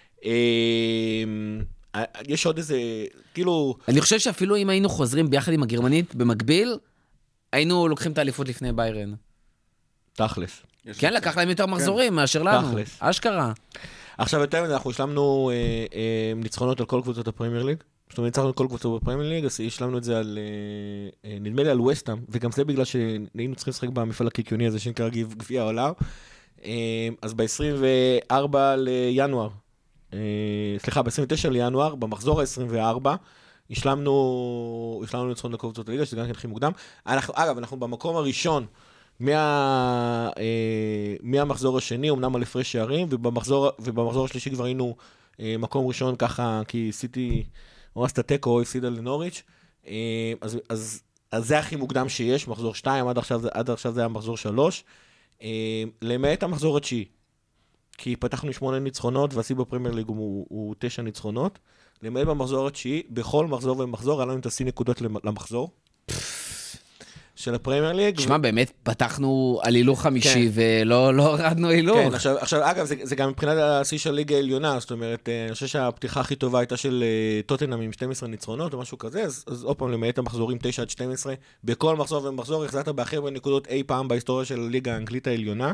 יש עוד איזה, כאילו... אני חושב שאפילו אם היינו חוזרים ביחד עם הגרמנית במקביל, היינו לוקחים את האליפות לפני ביירן. תכלס. כן, לקח להם יותר מחזורים מאשר לנו. תכלס. אשכרה. עכשיו, יותר מזה, אנחנו השלמנו אה, אה, ניצחונות על כל קבוצות הפרמייר ליג. זאת אומרת, ניצחנו על כל קבוצות בפרמייר ליג, אז השלמנו את זה על, אה, אה, נדמה לי על ווסטהאם, וגם זה בגלל שהיינו צריכים לשחק במפעל הקיקיוני הזה שנקרא גביע העולם. אה, אז ב-עשרים וארבעה לינואר, אה, סליחה, ב-עשרים ותשעה לינואר, במחזור ה-עשרים וארבע, השלמנו, השלמנו ניצחונות על כל קבוצות הליגה, שזה גם כן הכי מוקדם. אנחנו, אגב, אנחנו במקום הראשון, מה, אה, מהמחזור השני, אמנם על הפרש שערים, ובמחזור, ובמחזור השלישי כבר היינו אה, מקום ראשון ככה, כי סיטי או עשתה טקו או הפסידה לנוריץ', אה, אז, אז, אז זה הכי מוקדם שיש, מחזור שתיים, עד עכשיו, עד עכשיו זה היה מחזור שלוש, אה, למעט המחזור התשיעי, כי פתחנו שמונה ניצחונות, והשיא בפרמייר ליג הוא, הוא תשע ניצחונות, למעט במחזור התשיעי, בכל מחזור ומחזור, היה לנו את השיא נקודות למחזור. של הפרמייר ליג. תשמע, באמת פתחנו על הילוך חמישי, ולא הורדנו הילוך. כן, עכשיו, אגב, זה גם מבחינת השיא של ליגה העליונה, זאת אומרת, אני חושב שהפתיחה הכי טובה הייתה של טוטנהאם עם שתים עשרה ניצחונות או משהו כזה, אז עוד פעם, למעט המחזורים תשע עד שתים עשרה, בכל מחזור ומחזור החזרת בהכי הרבה נקודות אי פעם בהיסטוריה של הליגה האנגלית העליונה.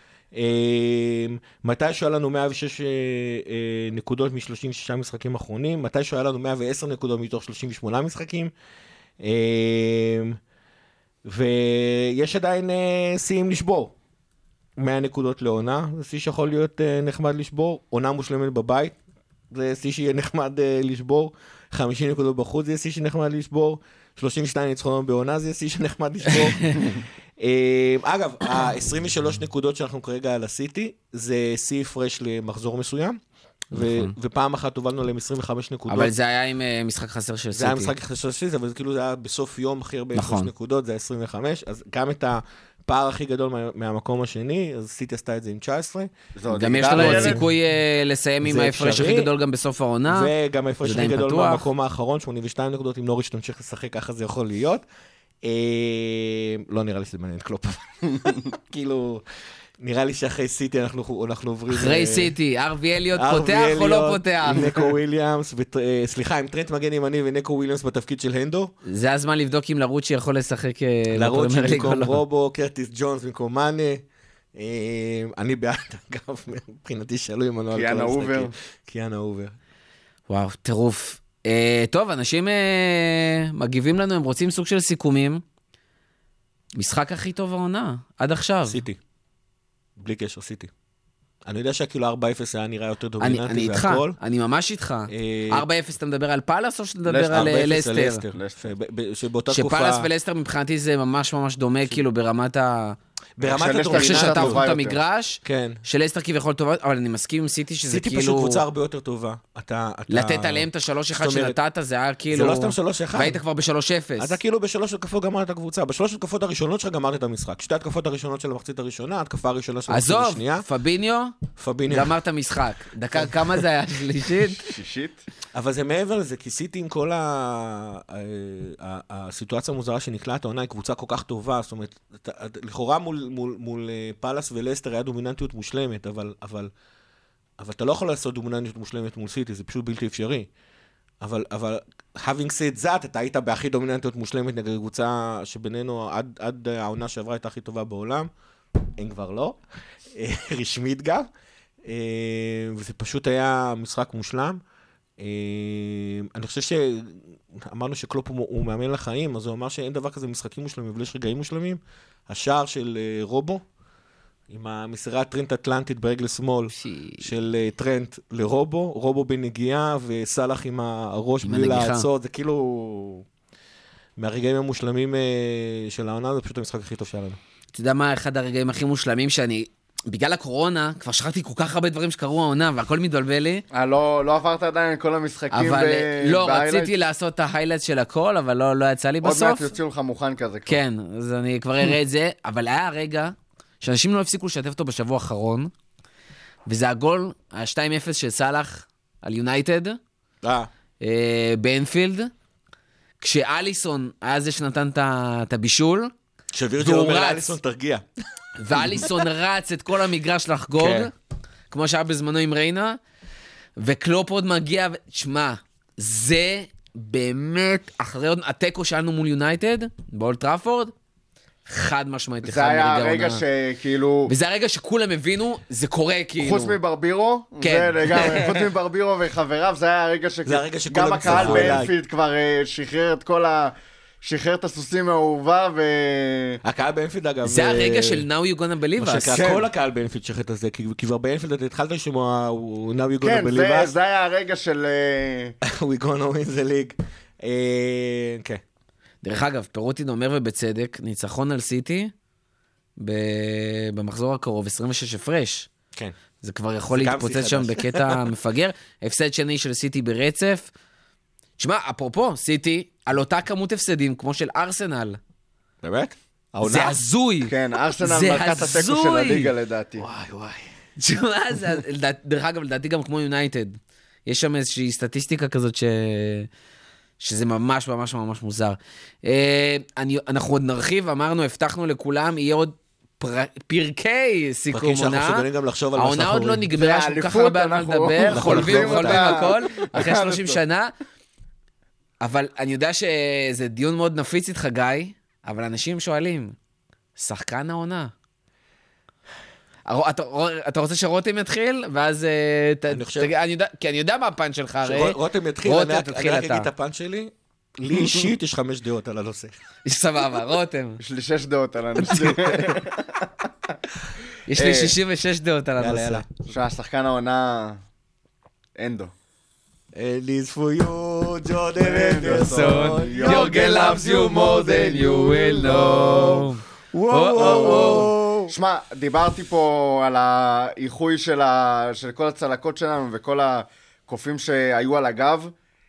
מתי שהיה לנו מאה ושש נקודות מ-שלושים ושישה משחקים אחרונים, מתי שהיה לנו מאה ועשר נקודות מתוך שלושים ושמונה משחקים. ויש עדיין שיאים לשבור. מאה נקודות לעונה, זה שיא שיכול להיות נחמד לשבור. עונה מושלמת בבית, זה שיא שיהיה נחמד לשבור. חמישים נקודות בחוץ, זה שיא שנחמד לשבור. שלושים ושתיים ניצחונות בעונה, זה שיא שנחמד לשבור. אגב, ה-עשרים ושלוש נקודות שאנחנו כרגע על הסיטי, זה שיא הפרש למחזור מסוים. ופעם אחת הובלנו להם עשרים וחמש נקודות. אבל זה היה עם משחק חסר של סיטי. זה היה משחק חסר של סיטי, אבל זה כאילו זה היה בסוף יום הכי הרבה הפרש נקודות, זה היה עשרים וחמש, אז גם את הפער הכי גדול מהמקום השני, אז סיטי עשתה את זה עם תשע עשרה. גם יש לנו עוד סיכוי לסיים עם ההפרש הכי גדול גם בסוף העונה. וגם ההפרש הכי גדול מהמקום האחרון, שמונים ושתיים נקודות, אם נוריץ' תמשיך לשחק, ככה זה יכול להיות. לא נראה לי שזה מעניין קלופ. כאילו... נראה לי שאחרי סיטי אנחנו, אנחנו עוברים... אחרי סיטי, ארווי אליוט פותח או לא פותח? נקו וויליאמס, סליחה, עם טרנט מגן ימני ונקו וויליאמס בתפקיד של הנדו. זה הזמן לבדוק אם לרוצ'י יכול לשחק... לרוצ'י במקום רובו, קרטיס ג'ונס במקום מאנה. אני בעד, אגב, מבחינתי שאלו עם מנוע על כל המשחקים. קיאנה אובר. וואו, טירוף. טוב, אנשים מגיבים לנו, הם רוצים סוג של סיכומים. משחק הכי טוב העונה, עד עכשיו. סיטי. בלי קשר, סיטי. אני יודע שהכאילו ארבע אפס היה נראה יותר דומיננטי והכל. אני איתך, אני ממש איתך. ארבע אפס אתה מדבר על פאלאס או שאתה מדבר על לסטר? שבאותה תקופה... שפאלאס ולסטר מבחינתי זה ממש ממש דומה, כאילו ברמת ה... ברמת הדומיננטיות. איך ששטפנו את המגרש, של לסטר כביכול טובה, אבל אני מסכים עם סיטי שזה כאילו... סיטי פשוט קבוצה הרבה יותר טובה. לתת עליהם את השלוש אחד שנתת, זה היה כאילו... זה לא סתם שלוש אחד. והיית כבר בשלוש אפס. אתה כאילו בשלוש התקפות גמרת את הקבוצה. בשלוש התקפות הראשונות שלך גמרת את המשחק. שתי התקפות הראשונות של המחצית הראשונה, התקפה הראשונה של המחצית השנייה. עזוב, פביניו, גמרת משחק. דקה, כמה זה היה? שלישית? שישית. אבל זה מעבר לזה, כי סיטי עם כל הסיטואציה המוזרה שנקלעת העונה, היא קבוצה כל כך טובה, זאת אומרת, לכאורה מול פאלאס ולסטר היה דומיננטיות מושלמת, אבל, אבל, אבל אתה לא יכול לעשות דומיננטיות מושלמת מול סיטי, זה פשוט בלתי אפשרי. אבל, אבל, having said that, אתה היית בהכי דומיננטיות מושלמת נגד קבוצה שבינינו עד, עד העונה שעברה הייתה הכי טובה בעולם, אין כבר לא, רשמית גם, וזה פשוט היה משחק מושלם. אני חושב שאמרנו שקלופ הוא מאמן לחיים, אז הוא אמר שאין דבר כזה משחקים מושלמים, אבל יש רגעים מושלמים. השער של רובו, עם המסירת טרנט אטלנטית ברגל שמאל של טרנט לרובו, רובו בנגיעה וסלח עם הראש בלי לעצות, זה כאילו מהרגעים המושלמים של העונה, זה פשוט המשחק הכי טוב שלנו. אתה יודע מה אחד הרגעים הכי מושלמים שאני בגלל הקורונה, כבר שכחתי כל כך הרבה דברים שקרו העונה, והכל מתבלבל לי. אה, לא, לא עברת עדיין כל המשחקים אבל ב- לא, בהיילייט? רציתי לעשות את ההיילייט של הכל, אבל לא, לא יצא לי עוד בסוף. מעט יוציאו לך מוכן כזה. כבר. כן, אז אני כבר אראה את זה, אבל היה רגע שאנשים לא הפסיקו לשתף אותו בשבוע האחרון, וזה הגול, ה-שתיים אפס של סלאח על יונייטד, אה, אה, באנפילד, כשאליסון היה זה שנתן את ה- את הבישול, שווירג'יל והוא אומר רץ. לאליסון תרגיע. ואליסון רץ את כל המגרש לחגוג, כן. כמו שהיה בזמנו עם ריינה, וקלופ עוד מגיע, ו... תשמע, זה באמת, אחרי עוד התיקו שלנו מול יונייטד, באולד טראפורד, חד משמעית אחד זה היה מרגע הרגע העונה. שכאילו... וזה הרגע שכולם הבינו, זה קורה כאילו. חוץ מברבירו, כן. זה לגמרי, חוץ מברבירו וחבריו, זה היה הרגע זה הרגע שכולם שגם הקהל הצטרפו אליי. באנפילד כבר אה, שחרר את כל ה... שחרר את הסוסים מהאהובה ו... הקהל באנפילד אגב... זה אה, הרגע של Now you gonna believe מה us. שנקרא, כן. כל הקהל באנפילד שחט הזה, כי כי כבר באנפילד אתה התחלת לשמוע, הוא now you כן, gonna זה, believe us, זה היה הרגע של... אה, we gonna win the league. אה, כן. דרך אגב, פירוטין אומר ובצדק, ניצחון על סיטי, ב- במחזור הקרוב, עשרים ושש הפרש. כן. זה כבר יכול זה גם להתפוצץ שיא שם חדש. בקטע מפגר. הפסד שני של סיטי ברצף. תשמע, אפרופו, סיטי, על אותה כמות הפסדים כמו של ארסנל. באמת? העונה? זה הזוי. כן, ארסנל זה מלכת התיקו של הזוי. הליגה לדעתי. וואי וואי. תשמע, זה, לדעת- דרך אגב, לדעתי גם כמו יונייטד. יש שם איזושהי סטטיסטיקה כזאת ש... שזה ממש ממש ממש מוזר. אה, אני, אנחנו עוד נרחיב, אמרנו, הבטחנו לכולם, יהיה עוד פר... פרקי סיכום פרקים שאנחנו עונה. מסוגלים גם לחשוב על מה העונה שאנחנו עוד לא רואים. נגמרה, יש כל כך והאליפות, הרבה על מה אנחנו- לדבר, אנחנו חולבים, לוקחים חולבים אותה- הכל, אחרי עד שלושים הסוף. שנה. אבל אני יודע שזה דיון מאוד נפיץ איתך, גיא, אבל אנשים שואלים, שחקן העונה. הרו- אתה אתה רוצה שרותם יתחיל? ואז... אה, ת- אני חושב- תגיד, אני יודע- כי אני יודע מה הפאנץ' שלך, הרי. רותם יתחיל, רותם, אני רק תתחיל אני רק אתה. אגיד את הפאנץ' שלי. לי אישית יש חמש דעות על הנושא. סבבה, רותם. יש לי שש דעות על הנושא. יש לי אה. שישים ושש דעות על יאללה, הנושא. יאללה. שהשחקן העונה... אנדו. It is for you, Jordan Henderson. Your girl loves you more than you will know. וואו, וואו, וואו. שמע, דיברתי פה על האיחוי של, ה... של כל הצלקות שלנו וכל הקופים שהיו על הגב.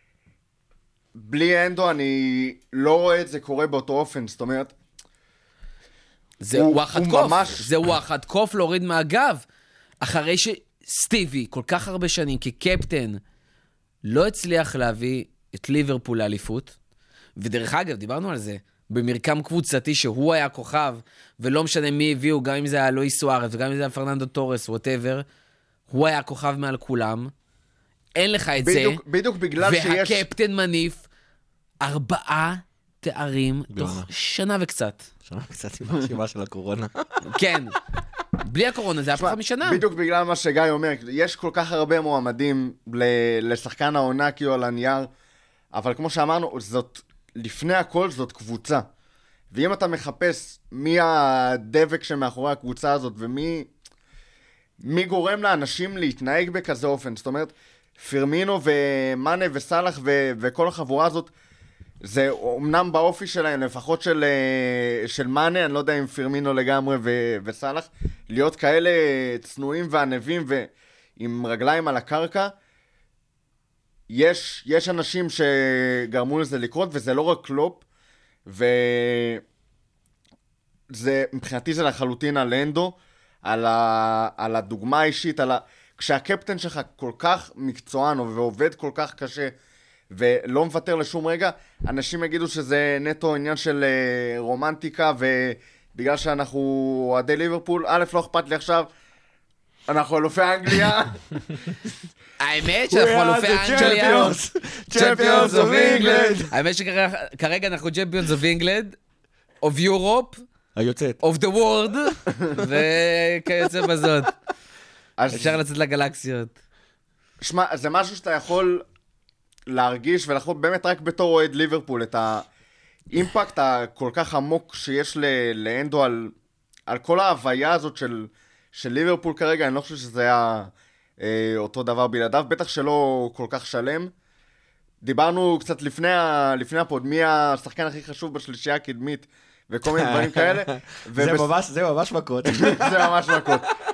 בלי אנדו אני לא רואה את זה קורה באותו אופן, זאת אומרת, זה הוא- וואחד הוא קוף, ממש- זה וואחד קוף להוריד מהגב. אחרי שסטיבי כל כך הרבה שנים כקפטן לא הצליח להביא את ליברפול לאליפות, ודרך אגב, דיברנו על זה, במרקם קבוצתי שהוא היה כוכב, ולא משנה מי הביאו, גם אם זה היה לואי סוארס, וגם אם זה היה פרננדו טורס, whatever, הוא היה כוכב מעל כולם, אין לך את בדיוק, זה, בדיוק בגלל שיש... והקפטן מניף ארבעה תארים תוך בעונה. שנה וקצת. שמע קצת עם הרשימה של הקורונה. כן. בלי הקורונה, זה היה פחות משנה. בדיוק בגלל מה שגיא אומר, יש כל כך הרבה מועמדים ל- לשחקן העונה כאילו על הנייר, אבל כמו שאמרנו, זאת, לפני הכל זאת קבוצה. ואם אתה מחפש מי הדבק שמאחורי הקבוצה הזאת, ומי מי גורם לאנשים להתנהג בכזה אופן, זאת אומרת, פירמינו ומאנה וסלח ו- וכל החבורה הזאת, זה אומנם באופי שלהם, לפחות של, אה, של מאנה, אני לא יודע אם פירמינו לגמרי ו- וסלח, להיות כאלה צנועים וענבים ועם רגליים על הקרקע, יש, יש אנשים שגרמו לזה לקרות, וזה לא רק קלופ, וזה, מבחינתי זה לחלוטין על אנדו, על, ה, על הדוגמה האישית, על ה... כשהקפטן שלך כל כך מקצוען ועובד כל כך קשה, ולא מוותר לשום רגע, אנשים יגידו שזה נטו עניין של uh, רומנטיקה, ובגלל שאנחנו אוהדי ליברפול, א', לא אכפת לי עכשיו, אנחנו אלופי אנגליה. האמת שאנחנו אלופי אנגליה. Champions of England. האמת שכרגע אנחנו צ'מפיונס אוף אינגלנד, of Europe, היוצאת. of the world, וכיוצא בזאת. אז אפשר לצאת לגלקסיות. שמע, זה משהו שאתה יכול להרגיש ולחוות באמת רק בתור אוהד ליברפול, את האימפקט הכל כך עמוק שיש ל- לאנדו על, על כל ההוויה הזאת של, של ליברפול כרגע. אני לא חושב שזה היה אה, אותו דבר בלעדיו, בטח שלא כל כך שלם. דיברנו קצת לפני, ה, לפני הפוד, מי השחקן הכי חשוב בשלישייה הקדמית וכל מיני דברים כאלה. זה ובס- ממש, זה ממש מכות. זה ממש מכות.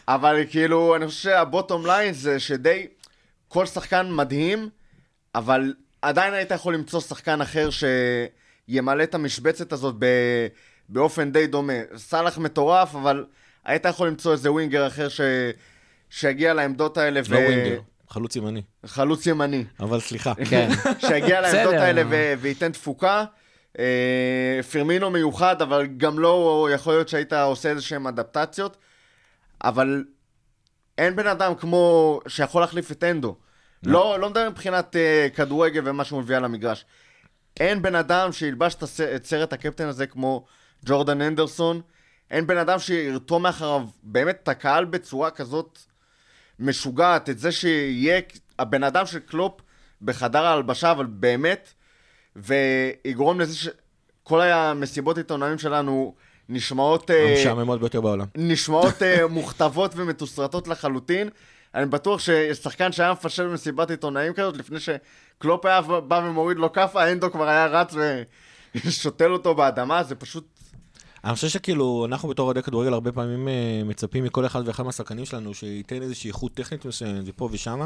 אבל כאילו, אני חושב שהבוטום ליין זה שדי כל שחקן מדהים, אבל עדיין היית יכול למצוא שחקן אחר שימלא את המשבצת הזאת ב... באופן די דומה. סלח מטורף, אבל היית יכול למצוא איזה ווינגר אחר ש... שיגיע לעמדות האלה לא ווינגר, חלוץ ימני. חלוץ ימני. אבל סליחה. כן. שיגיע לעמדות האלה ו... וייתן תפוקה. פירמינו מיוחד, אבל גם לא יכול להיות שהיית עושה איזשהם אדפטציות. אבל אין בן אדם כמו שיכול להחליף את אנדו. לא, לא מדבר מבחינת uh, כדורגל ומה שהוא מביא על המגרש. אין בן אדם שילבש את, הסר, את סרט הקפטן הזה כמו ג'ורדן אנדרסון. אין בן אדם שירתום מאחריו באמת את הקהל בצורה כזאת משוגעת. את זה שיהיה הבן אדם של קלופ בחדר ההלבשה, אבל באמת, ויגרום לזה שכל המסיבות עיתונאים שלנו נשמעות... המשעממות ביותר בעולם. נשמעות מוכתבות ומתוסרטות לחלוטין. אני בטוח ששחקן שהיה מפשל במסיבת עיתונאים כזאת, לפני שקלופ היה בא ומוריד לו כפה, אנדו כבר היה רץ ושותל אותו באדמה, זה פשוט... אני חושב שכאילו, אנחנו בתור עדי כדורגל הרבה פעמים מצפים מכל אחד ואחד מהשחקנים שלנו, שייתן איזושהי איכות טכנית מסוימת, ופה ושמה.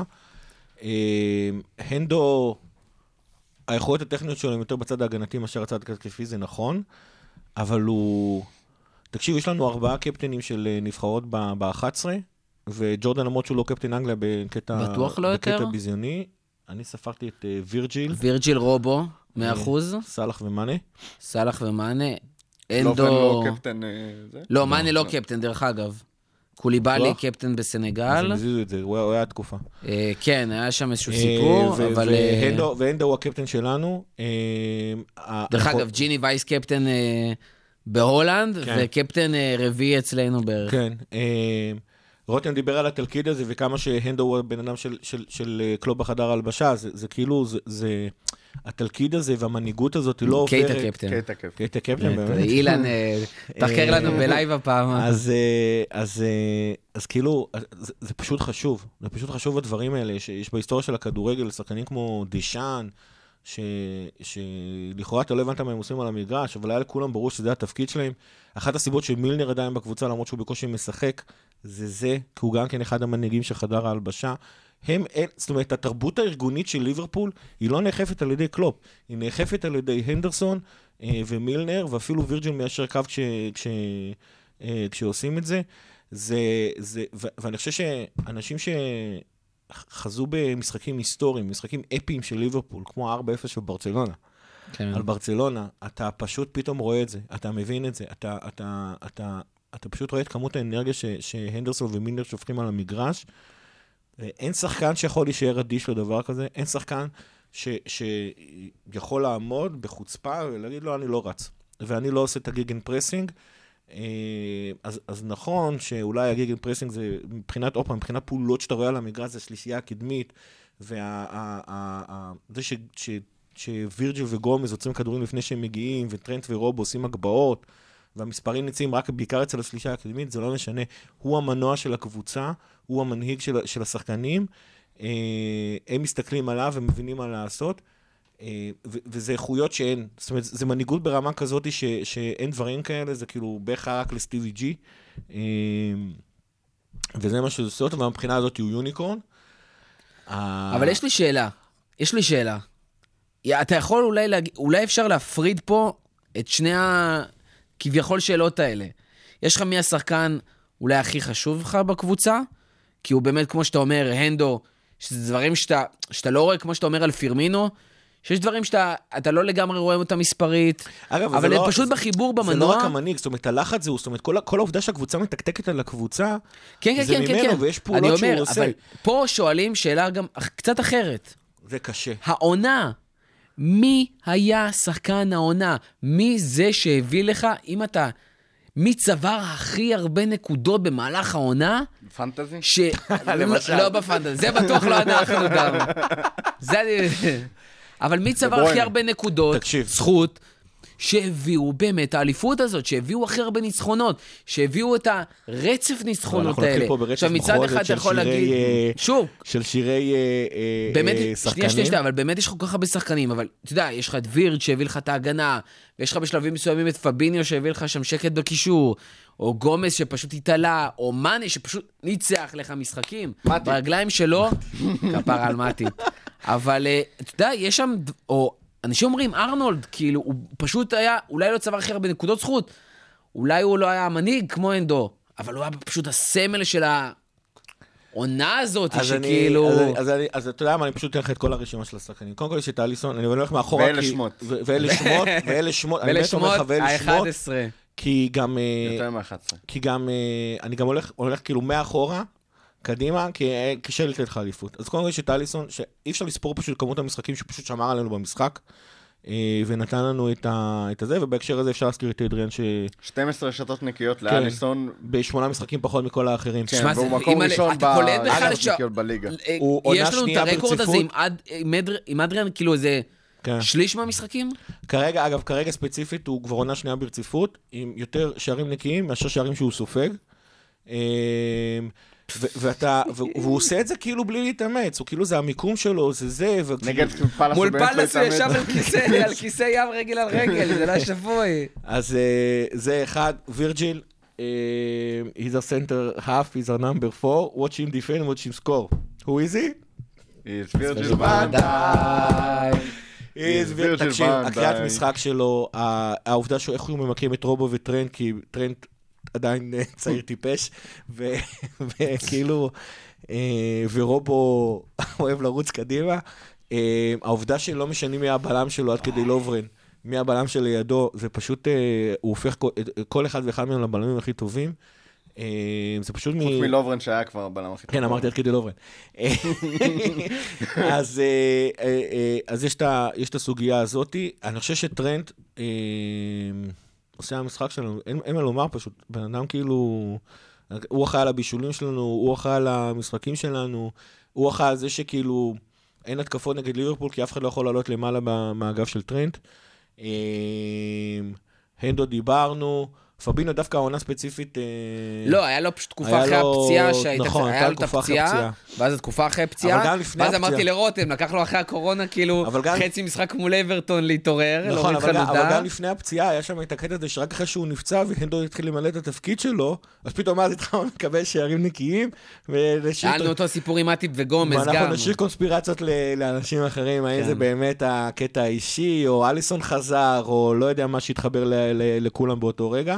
הנדו, היכולות הטכניות שלו הם יותר בצד ההגנתי מאשר הצד התקפי, זה נכון, אבל הוא... תקשיב, יש לנו ארבעה קפטנים של נבחרות ב-אחת עשרה, וג'ורדן למרות שהוא לא קפטן אנגליה בקטע, בטוח לא יותר? בקטע ביזיוני. אני ספרתי את uh, וירג'יל. וירג'יל רובו, מאה אחוז. סלח ומאנה. סלח ומאנה. לא, אנדו... לא קפטן זה? לא, מאנה לא קפטן, דרך אגב. קוליבאלי קפטן בסנגל. אז הם הזיזו את זה, הוא היה תקופה. כן, היה שם איזשהו סיפור, אבל... ואנדו הוא הקפטן שלנו. דרך אגב, ג'יני וייס קפטן בהולנד, וקפטן רביעי אצלנו בערך. כן. רותם דיבר על התלכיד הזה, וכמה שהנדו הוא בן אדם של, של, של קלוב בחדר הלבשה, זה, זה כאילו, זה, זה, התלכיד הזה והמנהיגות הזאת היא לא עוברת. קייט הקפטן. קייט הקפטן. קייט הקפטן, באמת. אילן, תחקר לנו בלייב הפעם. אז, אז, אז כאילו, זה, זה פשוט חשוב. זה פשוט חשוב הדברים האלה, שיש בהיסטוריה של הכדורגל, שחקנים כמו דישן, ש, שלכאורה אתה לא הבנת מה הם עושים על המגרש, אבל היה לכולם ברור שזה התפקיד שלהם. אחת הסיבות שמילנר עדיין בקבוצה, למרות שהוא בקושי משחק, זה זה, כי הוא גם כן אחד המנהיגים של חדר ההלבשה. הם, זאת אומרת, התרבות הארגונית של ליברפול, היא לא נאכפת על ידי קלופ, היא נאכפת על ידי הנדרסון אה, ומילנר, ואפילו וירג'יל מיישר קו כש, כש, אה, כשעושים את זה. זה, זה ו, ואני חושב שאנשים שחזו במשחקים היסטוריים, משחקים אפיים של ליברפול, כמו ארבע אפס של ברצלונה, כן. על ברצלונה, אתה פשוט פתאום רואה את זה, אתה מבין את זה, אתה, אתה, אתה, אתה פשוט רואה את כמות האנרגיה ש, שהנדרסון ומילנר שופכים על המגרש, ואין שחקן שיכול להישאר אדיש לדבר כזה, אין שחקן ש, שיכול לעמוד בחוצפה ולהגיד לו, אני לא רץ, ואני לא עושה את הגיגן פרסינג, אז, אז נכון שאולי הגיגן פרסינג זה מבחינת, אופה, מבחינת פעולות שאתה רואה על המגרש, זה שלישייה הקדמית, וזה ש, ש, שווירג'יל וגומז עוצרים כדורים לפני שהם מגיעים, וטרנט ורובו עושים הגבעות, והמספרים נצאים רק בעיקר אצל השלישה האקדמית, זה לא משנה. הוא המנוע של הקבוצה, הוא המנהיג של, של השחקנים, הם מסתכלים עליו ומבינים מה לעשות, וזה איכויות שאין, זאת אומרת, זה מנהיגות ברמה כזאת ש, שאין דברים כאלה, זה כאילו בערך רק לסטיבי ג'י, וזה מה שזה עושה אותו, והמבחינה הזאת הוא יוניקורן. אבל יש לי שאלה, יש לי שאלה. אתה יכול אולי, להג... אולי אפשר להפריד פה את שני ה... כביכול שאלות האלה. יש לך מי השחקן אולי הכי חשוב לך בקבוצה, כי הוא באמת, כמו שאתה אומר, הנדו, שזה דברים שאתה, שאתה לא רואה, כמו שאתה אומר על פירמינו, שיש דברים שאתה אתה לא לגמרי רואה אותה מספרית, אגב, אבל הם לא, פשוט זה, בחיבור במנוע. זה לא רק המנהיג, זאת אומרת, הלחץ זה, זאת אומרת, כל, כל העובדה שהקבוצה מתקתקת על הקבוצה, כן, זה כן, ממנו, כן, ויש פעולות אומר, שהוא עושה. אבל פה שואלים שאלה גם קצת אחרת. זה קשה. העונה, מי היה שחקן העונה? מי זה שהביא לך, אם אתה, מי צבר הכי הרבה נקודות במהלך העונה? פנטזי? ש... לא בפנטזי, זה בטוח לא אנחנו גם. זה... אבל מי צבר הכי הרבה נקודות? תקשיב. זכות. שהביאו באמת האליפות הזאת, שהביאו הכי הרבה ניצחונות, שהביאו את הרצף ניצחונות אנחנו האלה. נתחיל פה ברצף עכשיו, מצד מחולת אחד אתה של יכול שירי, להגיד, אה, שוב, של שירי אה, אה, באמת, אה, שנייה, שחקנים. שנייה, שנייה, אבל באמת יש לך כל כך הרבה שחקנים, אבל אתה יודע, יש לך את וירד שהביא לך את ההגנה, ויש לך בשלבים מסוימים את פביניו שהביא לך שם שקט בקישור, או גומס שפשוט התעלה, או מאני שפשוט ניצח לך משחקים. מתי. ברגליים שלו, כפר על מתי. אבל אתה יודע, יש שם, או אנשים אומרים, ארנולד, כאילו, הוא פשוט היה, אולי לא צבר הכי הרבה נקודות זכות, אולי הוא לא היה מנהיג כמו אנדו, אבל הוא היה פשוט הסמל של העונה הזאת, שכאילו... אז, אני, אז, אני, אז אתה יודע מה, אני פשוט אתן לך את כל הרשימה של השחקנים. קודם כל יש את אליסון, אני הולך מאחורה. ואלה כי, שמות. ו- ואלה שמות, ואלה שמות, אני ואלה באמת אומר לך, שמות, ואלה ה-אחד שמות, עשר. כי גם, אה, יותר מ-אחת עשרה. כי גם, אה, אני גם הולך, הולך כאילו מאחורה, קדימה, כי אה, קשה לתת לך אליפות. אז קודם כל יש את אליסון, שאי אפשר לספור פשוט כמות המשחקים שפשוט שמר עלינו במשחק, אה, ונתן לנו את, ה, את הזה, ובהקשר הזה אפשר להזכיר את אדריאן ש... שתים עשרה רשתות נקיות לאליסון. בשמונה משחקים פחות מכל האחרים. כן, שמע, והוא זה- מקום אם ראשון אתה קולט בכלל ברשתות ש- נקיות בליגה. הוא עונה יש לנו את שנייה הרקורד הזה ברציפות. עם אד- עם אדר- עם אדריאן, כאילו איזה כן. שליש מהמשחקים? כרגע, אגב, כרגע ספציפית הוא כבר עונה שנייה ברציפות, עם יותר שערים נקיים מאשר שערים שהוא סופג. אמ, ו- ואתה, ו- והוא עושה את זה כאילו בלי להתאמץ, הוא כאילו זה המיקום שלו, זה זה, וכאילו... נגד פלאס מול הוא באמת לא פלס הוא ישב התאמץ. על כיסא, על כיסא ים רגל על רגל, זה לא שפוי. אז אה, זה אחד, וירג'יל, אה, he's a center half, he's a number four, watch him defend, watch him score. Who is he? It's Virgil van Dijk. איז וירג'יל ויר, תקשיב, ואן הקריאת דייק. משחק שלו, ה- העובדה שהוא איך הוא ממקם את רובו וטרנט, כי טרנט עדיין אה, צעיר טיפש, ו- וכאילו, אה, ורובו אוהב לרוץ קדימה, אה, העובדה שלא משנים מי הבלם שלו עד כדי לוברן, מי הבלם שלידו, זה פשוט, אה, הוא הופך כל- כל אחד ואחד מהם לבלמים הכי טובים, אה, זה פשוט חוץ מ... מלוברן שהיה כבר בלם הכי טוב. כן, אמרתי עד כדי לוברן. אז, אה, אה, אה, אז יש את ה- יש את הסוגיה הזאת. אני חושב שטרנט אה, עושה המשחק שלנו, אין אין מה לומר פשוט. בן אדם כאילו, הוא אחראי על הבישולים שלנו, הוא אחראי על המשחקים שלנו, הוא אחראי על זה שכאילו אין התקפות נגד ליברפול, כי אף אחד לא יכול לעלות למעלה מה- מהאגף של טרנט. אה, הנדו דיברנו, פבינו דווקא העונה ספציפית... אה, לא, היה לו פשוט תקופה היה אחרי לו- הפציעה, שהייתה, נכון, היה הייתה לו את תקופה אחרי הפציעה, הפציעה. ואז התקופה אחרי הפציעה, אבל גם לפני ואז הפציעה. אמרתי לרותם, לקח לו אחרי הקורונה, כאילו, אבל גם- חצי משחק מול אברטון להתעורר, נכון, להוריד אבל גם, אבל חלודה. גם לפני הפציעה היה שם את הקטע הזה שרק אחרי שהוא נפצע והנדו התחיל למלא את התפקיד שלו, אז פתאום אז התחלנו לקבל שערים נקיים, ונשאיר היה לנו אותו סיפור עם מטיפ וגומז גם. ואנחנו נשאיר קונספירציות ל- לאנשים אחרים, האם כן. זה באמת הקטע האישי, או אליסון חזר, או לא יודע מה שהתחבר ל- ל- לכולם באותו רגע.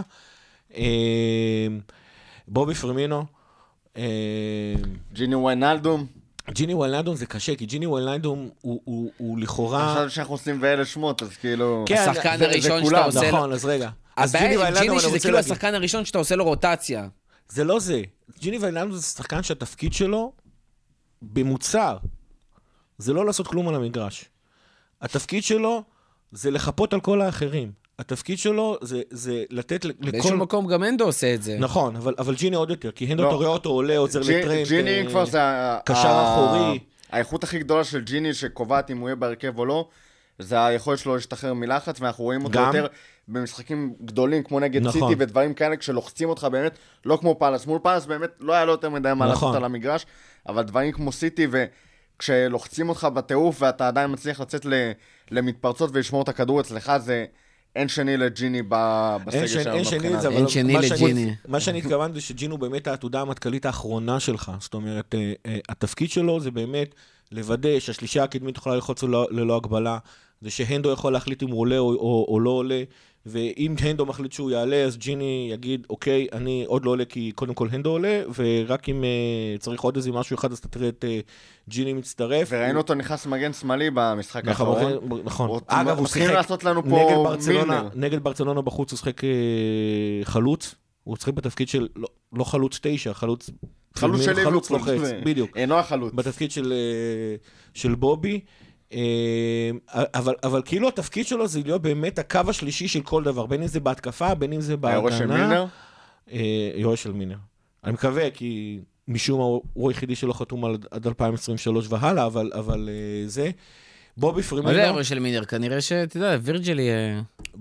אה, בובי פרמינו, אה, ג'יני ויינלדום. ג'יני ווילנדום זה קשה, כי ג'יני ווילנדום הוא- הוא הוא לכאורה... עכשיו שאנחנו עושים ואלה שמות, אז כאילו... כן, השחקן זה- הראשון זה שאתה כולם, עושה לו... נכון, אז רגע. אז הבעיה עם ווילנדום, ג'יני אני שזה רוצה כאילו להגיד. השחקן הראשון שאתה עושה לו רוטציה. זה לא זה. ג'יני ויינלנדו זה שחקן שהתפקיד שלו במוצר. זה לא לעשות כלום על המגרש. התפקיד שלו זה לחפות על כל האחרים. התפקיד שלו זה, זה לתת לכל... באיזשהו מקום גם אנדו עושה את זה. נכון, אבל, אבל ג'יני עוד יותר, כי הנדו לא. אתה רואה אותו עולה, עוזר ג'י- לטרנט. ג'יני אה, כבר זה... ה- קשר ה- אחורי. האיכות הכי גדולה של ג'יני שקובעת אם הוא יהיה בהרכב או לא, זה היכולת שלו להשתחרר מלחץ, ואנחנו רואים אותו גם. יותר במשחקים גדולים, כמו נגד נכון. סיטי ודברים כאלה, כשלוחצים אותך באמת, לא כמו פלס. מול פלס באמת לא היה לו יותר מדי מה נכון. לעשות על המגרש, אבל דברים כמו סיטי, וכשלוחצים אותך בטירוף, ואתה עדיין מצליח לצאת ל- למתפרצות ולשמור את הכדור אצלך, זה אין שני לג'יני ב- בסגל אין שני- שלנו אין שני מבחינה לזה, הזאת. אבל אין שני מה שאני- לג'יני. מה שאני התכוונתי זה שג'יני הוא באמת העתודה המטכ"לית האחרונה שלך. זאת אומרת, אה, אה, התפקיד שלו זה באמת לוודא שהשלישה הקדמית יכולה ללחוץ ללא, ללא הגבלה, זה שהנדו יכול להחליט אם הוא עולה או, או, או לא עולה, ואם הנדו מחליט שהוא יעלה, אז ג'יני יגיד, אוקיי, אני עוד לא עולה כי קודם כל הנדו עולה, ורק אם uh, צריך עוד איזה משהו אחד, אז אתה תראה את uh, ג'יני מצטרף. וראינו אותו נכנס מגן שמאלי במשחק נכון, האחרון. נכון. הוא- אגב, הוא מתחילים שיחק לעשות לנו פה נגד ברצלונה, מילנר. נגד ברצלונה בחוץ הוא שיחק אה, חלוץ, הוא שיחק בתפקיד של, לא, לא חלוץ תשע, חלוץ... חלוץ של חלוץ ליברפול. לוחץ, בדיוק. אינו החלוץ. בתפקיד של, אה, של בובי, אה, אבל, אבל כאילו התפקיד שלו זה להיות באמת הקו השלישי של כל דבר, בין אם זה בהתקפה, בין אם זה בהגנה. היורש של מילנר? אה, יורש של מילנר. אני מקווה, כי משום מה הוא הוא היחידי שלא חתום על, עד אלפיים עשרים ושלוש והלאה, אבל, אבל אה, זה. בובי מה פרימינו... זה הראש של מינר? כנראה שאתה יודע, וירג'יל יהיה...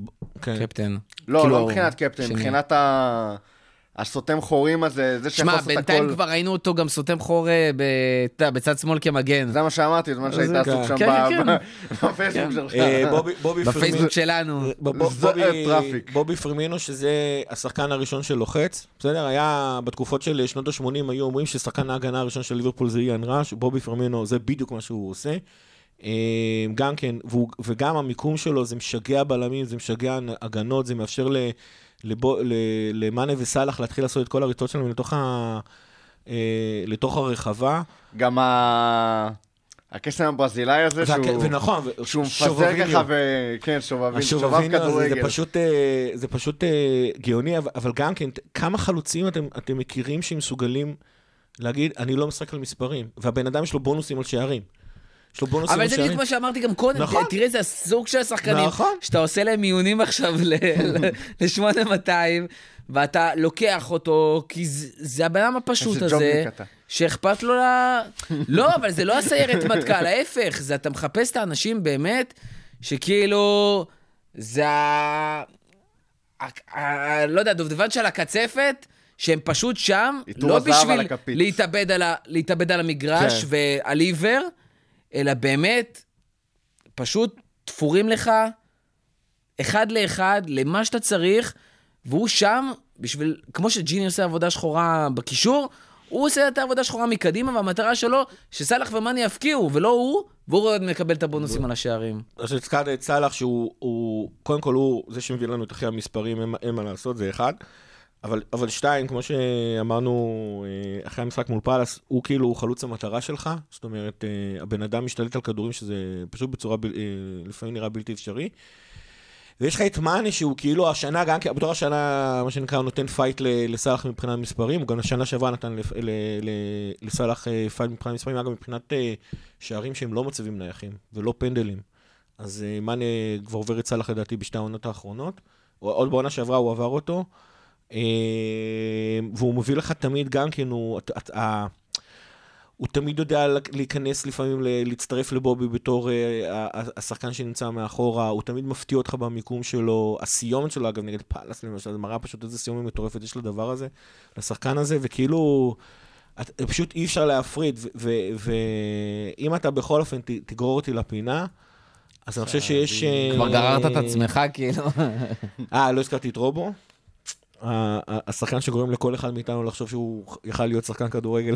כן. קפטן. לא, כאילו, לא מבחינת קפטן, שני. מבחינת ה... הסותם חורים הזה, זה שיכול שמע, לעשות בינתיים הכל. כבר ראינו אותו גם סותם חור אה, ב- אתה יודע, בצד שמאל כמגן. זה מה שאמרתי, בזמן שהיית זה עסוק כן. שם כן, ב- כן. ב- בפייסבוק שלך. אה, בובי- בובי בפייסבוק פרמינו- שלנו. בוב- זה בובי- טראפיק. בובי פרמינו, שזה השחקן הראשון שלוחץ, בסדר? היה בתקופות של שנות ה-שמונים, היו אומרים ששחקן ההגנה הראשון של ליברפול זה איאן ראש, בובי פרמינו זה בדיוק מה שהוא עושה. אה, גם כן, והוא- וגם המיקום שלו זה משגע בלמים, זה משגע הגנות, זה מאפשר ל- לבו- ל- למאנה וסלח להתחיל לעשות את כל הריצות שלהם לתוך ה- אה, לתוך הרחבה. גם ה... הקסם הברזילאי הזה, והק- שהוא... ונכון, ו- שהוא מפזר שובביניו. ככה ו... כן, שובבים, שובב השובביניו הזה, זה כדורגל. פשוט, אה, זה פשוט אה, גאוני, אבל- אבל גם כן, כמה חלוצים אתם, אתם מכירים שמסוגלים להגיד, אני לא משחק על מספרים, והבן אדם יש לו בונוסים על שערים. יש לו בונוסים אבל על זה שערים. בדיוק מה שאמרתי גם קודם, נכון. תראה, זה הסוג של השחקנים, נכון. שאתה עושה להם מיונים עכשיו ל-שמונה מאתיים, ואתה לוקח אותו, כי זה- זה הבן אדם הפשוט איזה הזה, ג'ובניק אתה. שאכפת לו ל... לא, אבל זה לא הסיירת מטכ"ל, ההפך, זה אתה מחפש את האנשים באמת, שכאילו, זה ה... ה- ה- לא יודע, דובדבן של הקצפת, שהם פשוט שם, עיטור לא הזהב על בשביל הכפית. להתאבד על, ה... להתאבד על המגרש כן. ועל עיוור, אלא באמת, פשוט תפורים לך, אחד לאחד, למה שאתה צריך, והוא שם, בשביל, כמו שג'יני עושה עבודה שחורה בקישור, הוא עושה את העבודה שחורה מקדימה, והמטרה שלו, שסלח ומאני יפקיעו, ולא הוא, והוא עוד מקבל את הבונוסים על השערים. אז הזכרת את סלאח, שהוא, הוא, קודם כל הוא זה שמביא לנו את הכי המספרים, אין, אין מה לעשות, זה אחד. אבל, אבל שתיים, כמו שאמרנו אה, אחרי המשחק מול פאלאס, הוא כאילו חלוץ המטרה שלך, זאת אומרת, אה, הבן אדם משתלט על כדורים, שזה פשוט בצורה, ב, אה, לפעמים נראה בלתי אפשרי. ויש לך את מאני שהוא כאילו השנה, גם בתור השנה, מה שנקרא, הוא נותן פייט ל- לסלאח מבחינת מספרים, הוא גם השנה שעברה נתן לפ- ל- ל- לסלאח אה, פייט מבחינת מספרים, אגב מבחינת אה, שערים שהם לא מצבים נייחים ולא פנדלים. אז אה, מאני כבר עובר את סלאח לדעתי בשתי העונות האחרונות, עוד בעונה שעברה הוא עבר אותו, אה, והוא מביא לך תמיד גם כן, הוא... את- את- ה- הוא תמיד יודע להיכנס לפעמים, להצטרף לבובי בתור השחקן שנמצא מאחורה, הוא תמיד מפתיע אותך במיקום שלו, הסיומת שלו, אגב, נגד פאלאס, למשל, זה מראה פשוט איזה סיומת מטורפת יש לדבר הזה, לשחקן הזה, וכאילו, פשוט אי אפשר להפריד, ואם אתה בכל אופן תגרור אותי לפינה, אז אני חושב שיש... כבר גררת את עצמך, כאילו. אה, לא הזכרתי את רובו. השחקן שגורם לכל אחד מאיתנו לחשוב שהוא יכל להיות שחקן כדורגל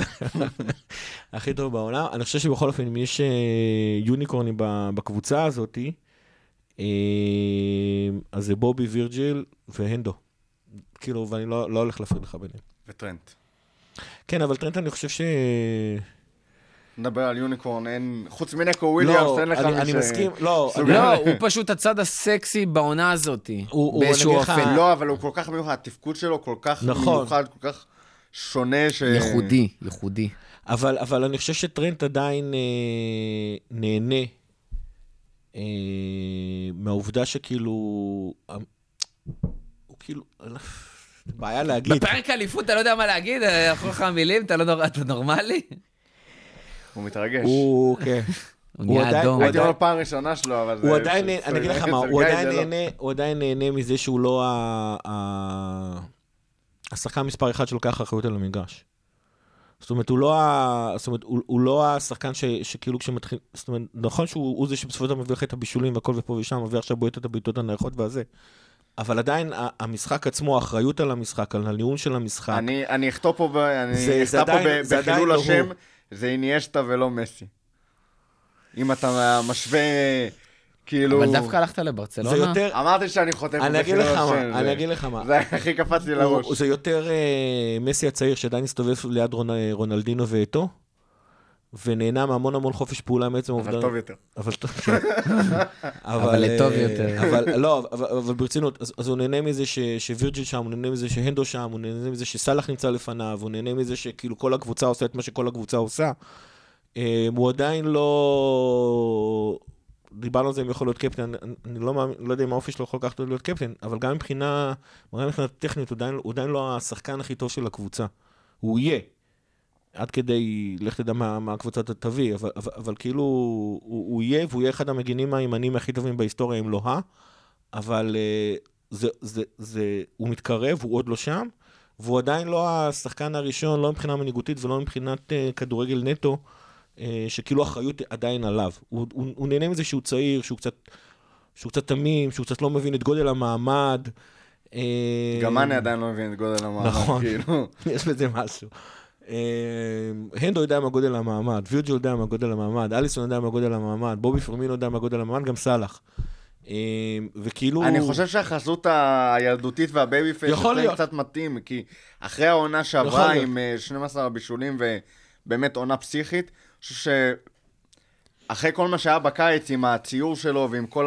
הכי טוב בעולם. אני חושב שבכל אופן, אם יש יוניקורנים בקבוצה הזאת, אז זה בובי, וירג'יל והנדו. כאילו, ואני לא הולך להפריד לך ביניהם. וטרנט. כן, אבל טרנט אני חושב ש... נדבר על יוניקורן, אין... חוץ מנקו וויליאמס, אין לך מי ש... אני מסכים, לא. לא, הוא פשוט הצד הסקסי בעונה הזאת, באיזשהו אופן. לא, אבל הוא כל כך מיוחד, התפקוד שלו כל כך מיוחד, כל כך שונה ש... ייחודי, ייחודי. אבל, אבל אני חושב שטרנט עדיין אה, נהנה אה, מהעובדה שכאילו, אה, הוא כאילו, בעיה להגיד. בפרק אליפות אתה לא יודע מה להגיד, הלכו לך מילים, אתה לא נור... אתה נורמלי? הוא מתרגש. הוא, כן. הוא נהיה אדום. הייתי אומר פעם ראשונה שלו, אבל... הוא עדיין, אני אגיד לך מה, הוא עדיין נהנה, הוא עדיין נהנה מזה שהוא לא השחקן מספר אחד שלוקח אחריות על המגרש. זאת אומרת, הוא לא, זאת אומרת, הוא, הוא לא השחקן ש, שכאילו כשמתחיל, זאת אומרת, נכון שהוא זה שבסופו של דבר מביא לך את הבישולים והכל ופה ושם, מביא עכשיו בועט את הבעיטות הנייחות והזה. אבל עדיין המשחק עצמו, האחריות על המשחק, על הניהול של המשחק. אני, אני אכתוב פה, אני זה, אכתוב זה פה עדיין, ב, זה עדיין בחילול לא השם, הוא. זה אינייסטה ולא מסי. אם אתה משווה, כאילו... אבל דווקא הלכת לברצלונה? זה יותר... אמרתי שאני חוטף פה אני אגיד בחילול לך השם. מה, זה- אני אגיד לך מה. זה הכי קפץ לי לראש. הוא- זה יותר אה, מסי הצעיר שעדיין הסתובב ליד רונ- רונלדינו ואתו, ונהנה מהמון המון חופש פעולה מעצם העובדה. אבל טוב יותר. אבל טוב, כן. אבל לטוב אה, יותר. אבל לא, אבל, אבל ברצינות, אז, אז הוא נהנה מזה ש, שווירג'יל שם, הוא נהנה מזה שהנדו שם, הוא נהנה מזה שסלח נמצא לפניו, הוא נהנה מזה שכאילו כל הקבוצה עושה את מה שכל הקבוצה עושה. אה, הוא עדיין לא... דיברנו על זה אם יכול להיות קפטן, אני, אני לא, מאמין, לא יודע אם האופי שלו יכול לקחת להיות קפטן, אבל גם מבחינה, גם מבחינה טכנית, הוא עדיין, הוא עדיין לא השחקן הכי טוב של הקבוצה. הוא יהיה. עד כדי, לך תדע מה, מה הקבוצה תביא, אבל, אבל, אבל כאילו הוא, הוא יהיה, והוא יהיה אחד המגינים הימנים הכי טובים בהיסטוריה, אם לא ה, אבל uh, זה, זה, זה, הוא מתקרב, הוא עוד לא שם, והוא עדיין לא השחקן הראשון, לא מבחינה מנהיגותית ולא מבחינת uh, כדורגל נטו, uh, שכאילו האחריות עדיין עליו. הוא, הוא, הוא נהנה מזה שהוא צעיר, שהוא קצת, שהוא קצת תמים, שהוא קצת לא מבין את גודל המעמד. Uh, גם אני עדיין לא מבין את גודל המעמד. נכון, כאילו. יש בזה משהו. Uh, הנדו יודע מה גודל המעמד, וירג'יל יודע מה גודל המעמד, אליסון יודע מה גודל המעמד, בובי פרמינו יודע מה גודל המעמד, גם סלח. וכאילו... אני חושב שהחזות הילדותית והבייבי פייס יותר קצת מתאים, כי אחרי העונה שעברה עם שנים עשר בישולים ובאמת עונה פסיכית, אני חושב שאחרי כל מה שהיה בקיץ עם הציור שלו ועם כל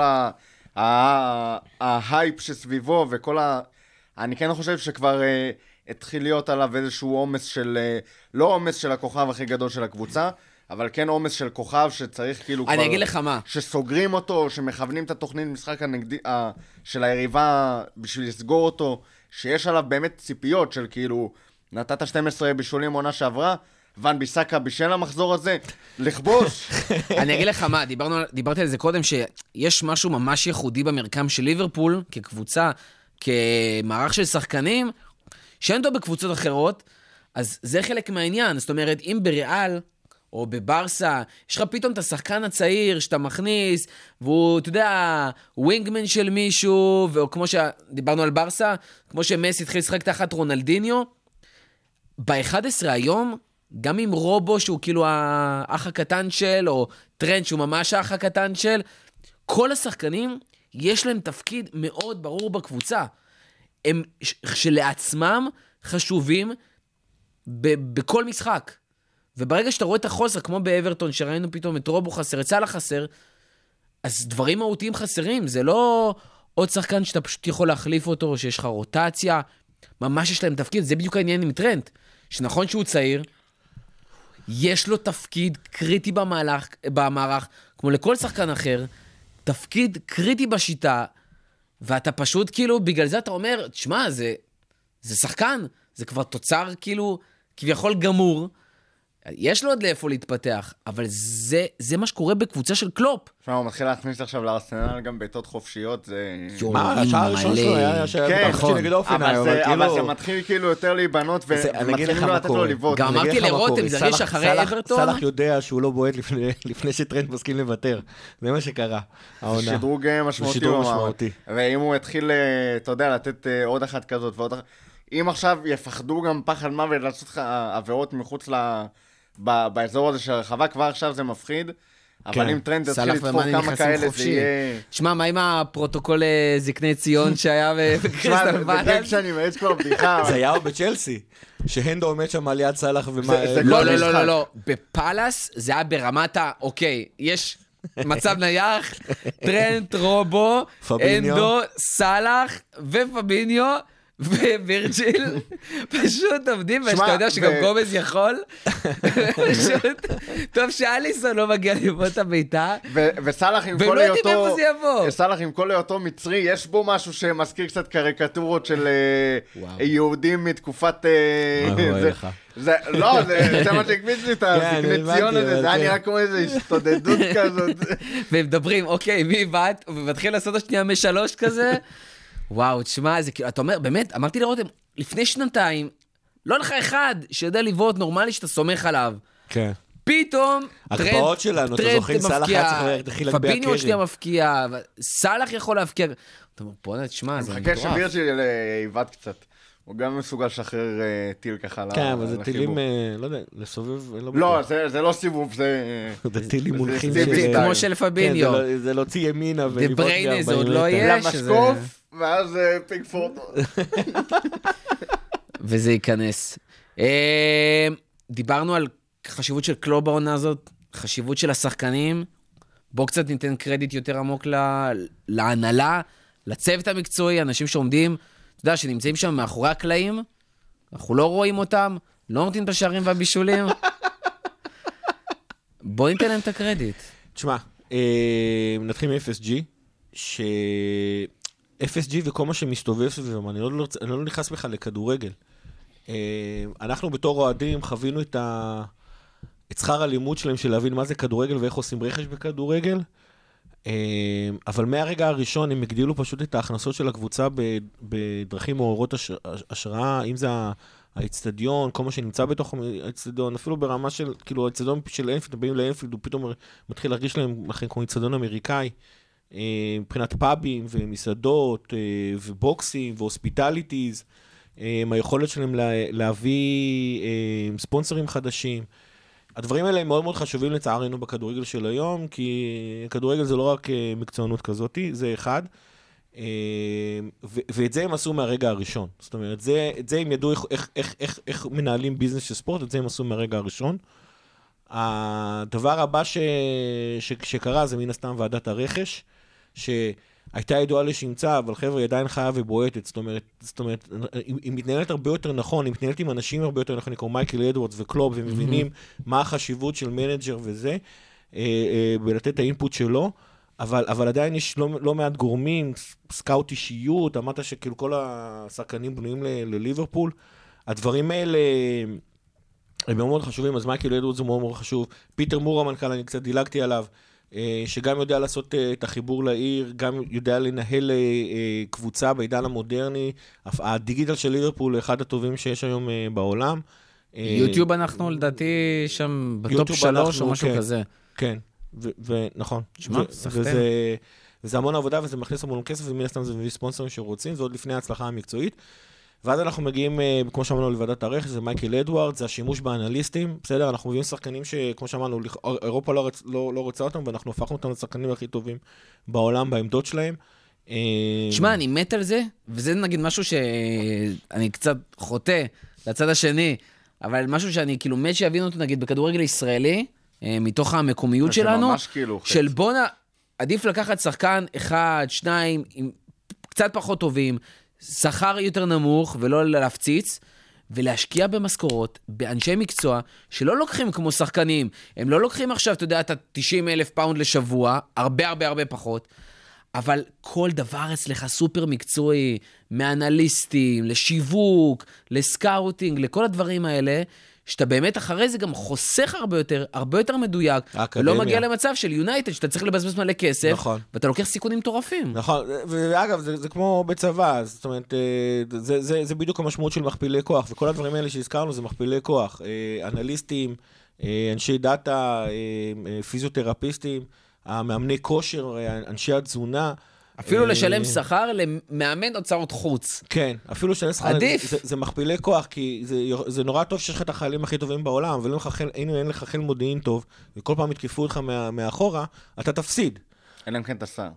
ההייפ שסביבו וכל ה... אני כן חושב שכבר התחיל להיות עליו איזשהו אומץ של... לא אומץ של הכוכב הכי גדול של הקבוצה, אבל כן אומץ של כוכב שצריך כאילו אני כבר... אגיד לך מה. שסוגרים אותו, שמכוונים את התוכנית משחק הנגדי, ה, של היריבה בשביל לסגור אותו, שיש עליו באמת ציפיות של כאילו, נתת שתים עשרה בישולים עונה שעברה, ון ביסקה בשל המחזור הזה, לכבוש. אני אגיד לך מה, דיברנו, דיברתי על זה קודם, שיש משהו ממש ייחודי במרקם של ליברפול, כקבוצה, כמערך של שחקנים, שאין אותו בקבוצות אחרות, אז זה חלק מהעניין. זאת אומרת, אם בריאל... או בברסה, יש לך פתאום את השחקן הצעיר שאתה מכניס, והוא, אתה יודע, ווינגמן של מישהו, וכמו שדיברנו על ברסה, כמו שמסי התחיל לשחק תחת רונלדיניו, ב-אחד עשר היום, גם עם רובו, שהוא כאילו האח הקטן של, או טרנד שהוא ממש האח הקטן של, כל השחקנים, יש להם תפקיד מאוד ברור בקבוצה. הם שלעצמם חשובים ב- בכל משחק. וברגע שאתה רואה את החוסר, כמו באברטון, שראינו פתאום את רובו חסר, את סלח חסר, אז דברים מהותיים חסרים. זה לא עוד שחקן שאתה פשוט יכול להחליף אותו, שיש לך רוטציה. ממש יש להם תפקיד. זה בדיוק העניין עם טרנט. שנכון שהוא צעיר, יש לו תפקיד קריטי במהלך, במערך, כמו לכל שחקן אחר, תפקיד קריטי בשיטה, ואתה פשוט כאילו, בגלל זה אתה אומר, תשמע, זה, זה שחקן, זה כבר תוצר כאילו, כביכול גמור, יש לו עוד לאיפה להתפתח, אבל זה, זה מה שקורה בקבוצה של קלופ. תשמע, הוא מתחיל להכניס עכשיו לארסנל גם בעיטות חופשיות, זה... מה, השער הראשון שלו היה שהיה בטח נגד אופנהיים, אבל זה מתחיל כאילו יותר להיבנות, ומתחילים לא לתת לו לבעוט. גם אמרתי לרותם, זה הרגיש אחרי אברטון. סלח יודע שהוא לא בועט לפני שטרנט מסכים לוותר. זה מה שקרה, העונה. שדרוג משמעותי. ואם הוא התחיל, אתה יודע, לתת עוד אחת כזאת ועוד אחת... אם עכשיו יפחדו גם פחד מוות לעשות לך עבירות מחוץ ל... באזור הזה של הרחבה, כבר עכשיו זה מפחיד, אבל אם טרנד יתחיל לתפור כמה כאלה, זה יהיה... תשמע, מה עם הפרוטוקול זקני ציון שהיה בקריסטל פלאס? זה שאני מעץ כבר בדיחה. זה היה בצ'לסי, שהנדו עומד שם על יד סלח ומה... לא, לא, לא, לא, בפלאס זה היה ברמת ה... אוקיי, יש מצב נייח, טרנד, רובו, הנדו, סלח ופביניו, ווירג'יל פשוט עובדים, ושאתה יודע שגם גומז יכול, פשוט, טוב שאליסון לא מגיע לבוא את הביתה, וסלח עם כל היותו, סלח עם כל היותו מצרי, יש בו משהו שמזכיר קצת קריקטורות של יהודים מתקופת... לא, זה מה שהקביץ לי את הזקני ציון הזה, זה היה נראה כמו איזו הסתודדות כזאת. והם מדברים, אוקיי, מי בת? ומתחיל לעשות השנייה משלוש כזה, וואו, תשמע, זה כאילו, אתה אומר, באמת, אמרתי לרותם, לפני שנתיים, לא לך אחד שיודע לבעוט נורמלי שאתה סומך עליו. כן. פתאום, הקבעות שלנו, אתה זוכרים, סלח היה צריך להתחיל להגביע קרי. פביניו שנייה מפקיע, סלח יכול להפקיע. אתה אומר, בוא נה, תשמע, זה מטורף. מחכה שווירג'יל יבעט קצת. הוא גם מסוגל לשחרר טיל ככה לחיבור. כן, אבל זה טילים, לא יודע, לסובב, לא, זה לא סיבוב, זה... זה טילים מונחים כמו של פביניו. זה להוציא ימינה דבריינה, זה עוד לא יש. למשקוף, ואז פיקפורד. וזה ייכנס. דיברנו על חשיבות של קלופ בעונה הזאת, חשיבות של השחקנים. בואו קצת ניתן קרדיט יותר עמוק להנהלה, לצוות המקצועי, אנשים שעומדים, אתה יודע, שנמצאים שם מאחורי הקלעים, אנחנו לא רואים אותם, לא נותנים את השערים והבישולים. בואו ניתן להם את הקרדיט. תשמע, נתחיל מ-אף אס ג'י, ש-אף אס ג'י וכל מה שמסתובב סביבם, אני לא נכנס בכלל לכדורגל. אנחנו בתור אוהדים חווינו את שכר הלימוד שלהם של להבין מה זה כדורגל ואיך עושים רכש בכדורגל. אבל מהרגע הראשון הם הגדילו פשוט את ההכנסות של הקבוצה בדרכים מעוררות השראה, אם זה האצטדיון, כל מה שנמצא בתוך האצטדיון, אפילו ברמה של, כאילו, האצטדיון של אנפילד, באים לאנפילד, הוא פתאום מתחיל להרגיש להם לכם כמו אצטדיון אמריקאי, מבחינת פאבים ומסעדות ובוקסים והוספיטליטיז, היכולת שלהם להביא ספונסרים חדשים. הדברים האלה הם מאוד מאוד חשובים לצערנו בכדורגל של היום, כי כדורגל זה לא רק מקצוענות כזאת, זה אחד, ואת זה הם עשו מהרגע הראשון. זאת אומרת, זה, את זה הם ידעו איך, איך, איך, איך, איך מנהלים ביזנס של ספורט, את זה הם עשו מהרגע הראשון. הדבר הבא ש, ש, שקרה זה מן הסתם ועדת הרכש, שהייתה ידועה לשמצה, אבל חבר'ה, היא עדיין חיה ובועטת, זאת אומרת, זאת אומרת, היא, היא מתנהלת הרבה יותר נכון, היא מתנהלת עם אנשים הרבה יותר נכון, כמו מייקל אדוורדס וקלוב, ומבינים מה החשיבות של מנג'ר וזה, בלתת את האינפוט שלו, אבל, אבל עדיין יש לא, לא מעט גורמים, סקאוט אישיות, אמרת שכאילו כל השחקנים בנויים לליברפול, הדברים האלה הם מאוד מאוד חשובים, אז מייקל אדוורדס הוא מאוד מאוד חשוב, פיטר מור המנכ"ל, אני קצת דילגתי עליו, שגם יודע לעשות את החיבור לעיר, גם יודע לנהל קבוצה בעידן המודרני, הדיגיטל של ליברפול הוא אחד הטובים שיש היום בעולם. יוטיוב אנחנו לדעתי שם בטופ שלוש או משהו כזה. כן, ונכון. וזה המון עבודה וזה מכניס המון כסף, ומן הסתם זה מביא ספונסרים שרוצים, זה עוד לפני ההצלחה המקצועית. ואז אנחנו מגיעים, כמו שאמרנו, לוועדת הרכש, זה מייקל אדוארד, זה השימוש באנליסטים, בסדר? אנחנו מביאים שחקנים שכמו שאמרנו, אירופה לא, לא, לא רוצה אותם, ואנחנו הפכנו אותם לשחקנים הכי טובים בעולם, בעמדות שלהם. שמע, אני מת על זה, וזה נגיד משהו שאני קצת חוטא לצד השני, אבל משהו שאני כאילו מת שיבין אותו, נגיד, בכדורגל ישראלי, מתוך המקומיות שלנו, כאילו של בונה, עדיף לקחת שחקן אחד, שניים, עם קצת פחות טובים, שכר יותר נמוך ולא להפציץ, ולהשקיע במשכורות, באנשי מקצוע, שלא לוקחים כמו שחקנים, הם לא לוקחים עכשיו, אתה יודע, את ה-תשעים אלף פאונד לשבוע, הרבה הרבה הרבה פחות, אבל כל דבר אצלך סופר מקצועי, מאנליסטים, לשיווק, לסקאוטינג, לכל הדברים האלה, שאתה באמת אחרי זה גם חוסך הרבה יותר, הרבה יותר מדויק, ולא מגיע למצב של יונייטד, שאתה צריך לבזבז מלא כסף, נכון. ואתה לוקח סיכונים מטורפים. נכון, ואגב, זה, זה כמו בצבא, זאת אומרת, זה, זה, זה בדיוק המשמעות של מכפילי כוח, וכל הדברים האלה שהזכרנו זה מכפילי כוח, אנליסטים, אנשי דאטה, פיזיותרפיסטים, המאמני כושר, אנשי התזונה, אפילו לשלם שכר למאמן הוצאות חוץ. כן, אפילו לשלם שכר. עדיף. זה, זה מכפילי כוח, כי זה, זה נורא טוב שיש לך את החיילים הכי טובים בעולם, אבל אם אין לך חיל מודיעין טוב, וכל פעם יתקפו אותך מה, מאחורה, אתה תפסיד. אין להם כן את השר.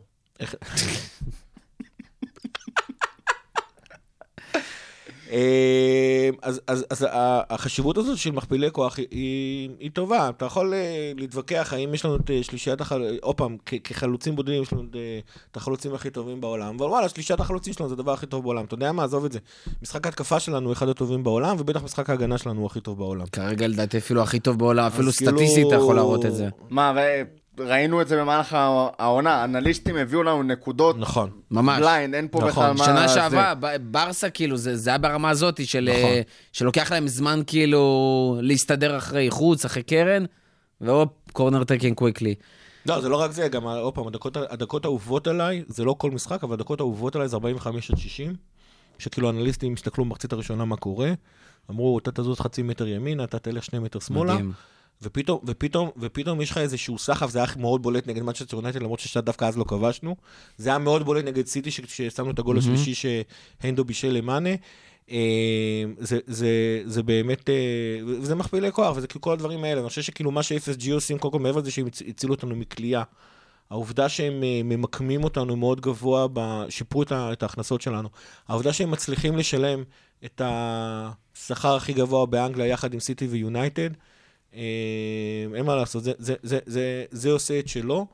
אז, אז, אז החשיבות הזאת של מכפילי כוח היא, היא טובה. אתה יכול להתווכח האם יש לנו את שלישיית החלוצים, או פעם, כחלוצים בודדים יש לנו את החלוצים הכי טובים בעולם, אבל וואלה, שלישיית החלוצים שלנו זה הדבר הכי טוב בעולם. אתה יודע מה? עזוב את זה. משחק ההתקפה שלנו הוא אחד הטובים בעולם, ובטח משחק ההגנה שלנו הוא הכי טוב בעולם. כרגע לדעתי אפילו הכי טוב בעולם, אפילו סטטיסטית אתה יכול להראות את זה. מה, ראינו את זה במהלך העונה, אנליסטים הביאו לנו נקודות. נכון. ממש. בליינד, אין פה בכלל מה... שנה שעברה, ברסה כאילו, זה היה ברמה הזאת, שלוקח להם זמן כאילו להסתדר אחרי חוץ, אחרי קרן, ואופ, קורנר טקינג קוויקלי. לא, זה לא רק זה, גם, עוד פעם, הדקות האהובות עליי, זה לא כל משחק, אבל הדקות האהובות עליי זה ארבעים וחמש עד שישים, שכאילו אנליסטים הסתכלו במחצית הראשונה מה קורה, אמרו, אתה תזוז חצי מטר ימינה, אתה תלך שני מטר שמאלה. מדהים. ופתאום, ופתאום, ופתאום יש לך איזשהו סחף, זה היה מאוד בולט נגד מנצ'סטר יונייטד, למרות שדווקא אז לא כבשנו. זה היה מאוד בולט נגד סיטי, ששמנו את הגול השלישי שהנדו בישל למאנה. זה, זה, זה באמת, וזה מכפילי כוח, וזה כאילו כל הדברים האלה. אני חושב שכאילו מה ש-אף אס ג'י עושים, כל כך מעבר לזה שהם הצילו אותנו מכלייה. העובדה שהם ממקמים אותנו מאוד גבוה, שיפרו את ההכנסות שלנו. העובדה שהם מצליחים לשלם את השכר הכי גבוה באנגליה, יחד עם סיטי ויונייטד, אין מה לעשות, זה, זה, זה, זה, זה עושה את שלו.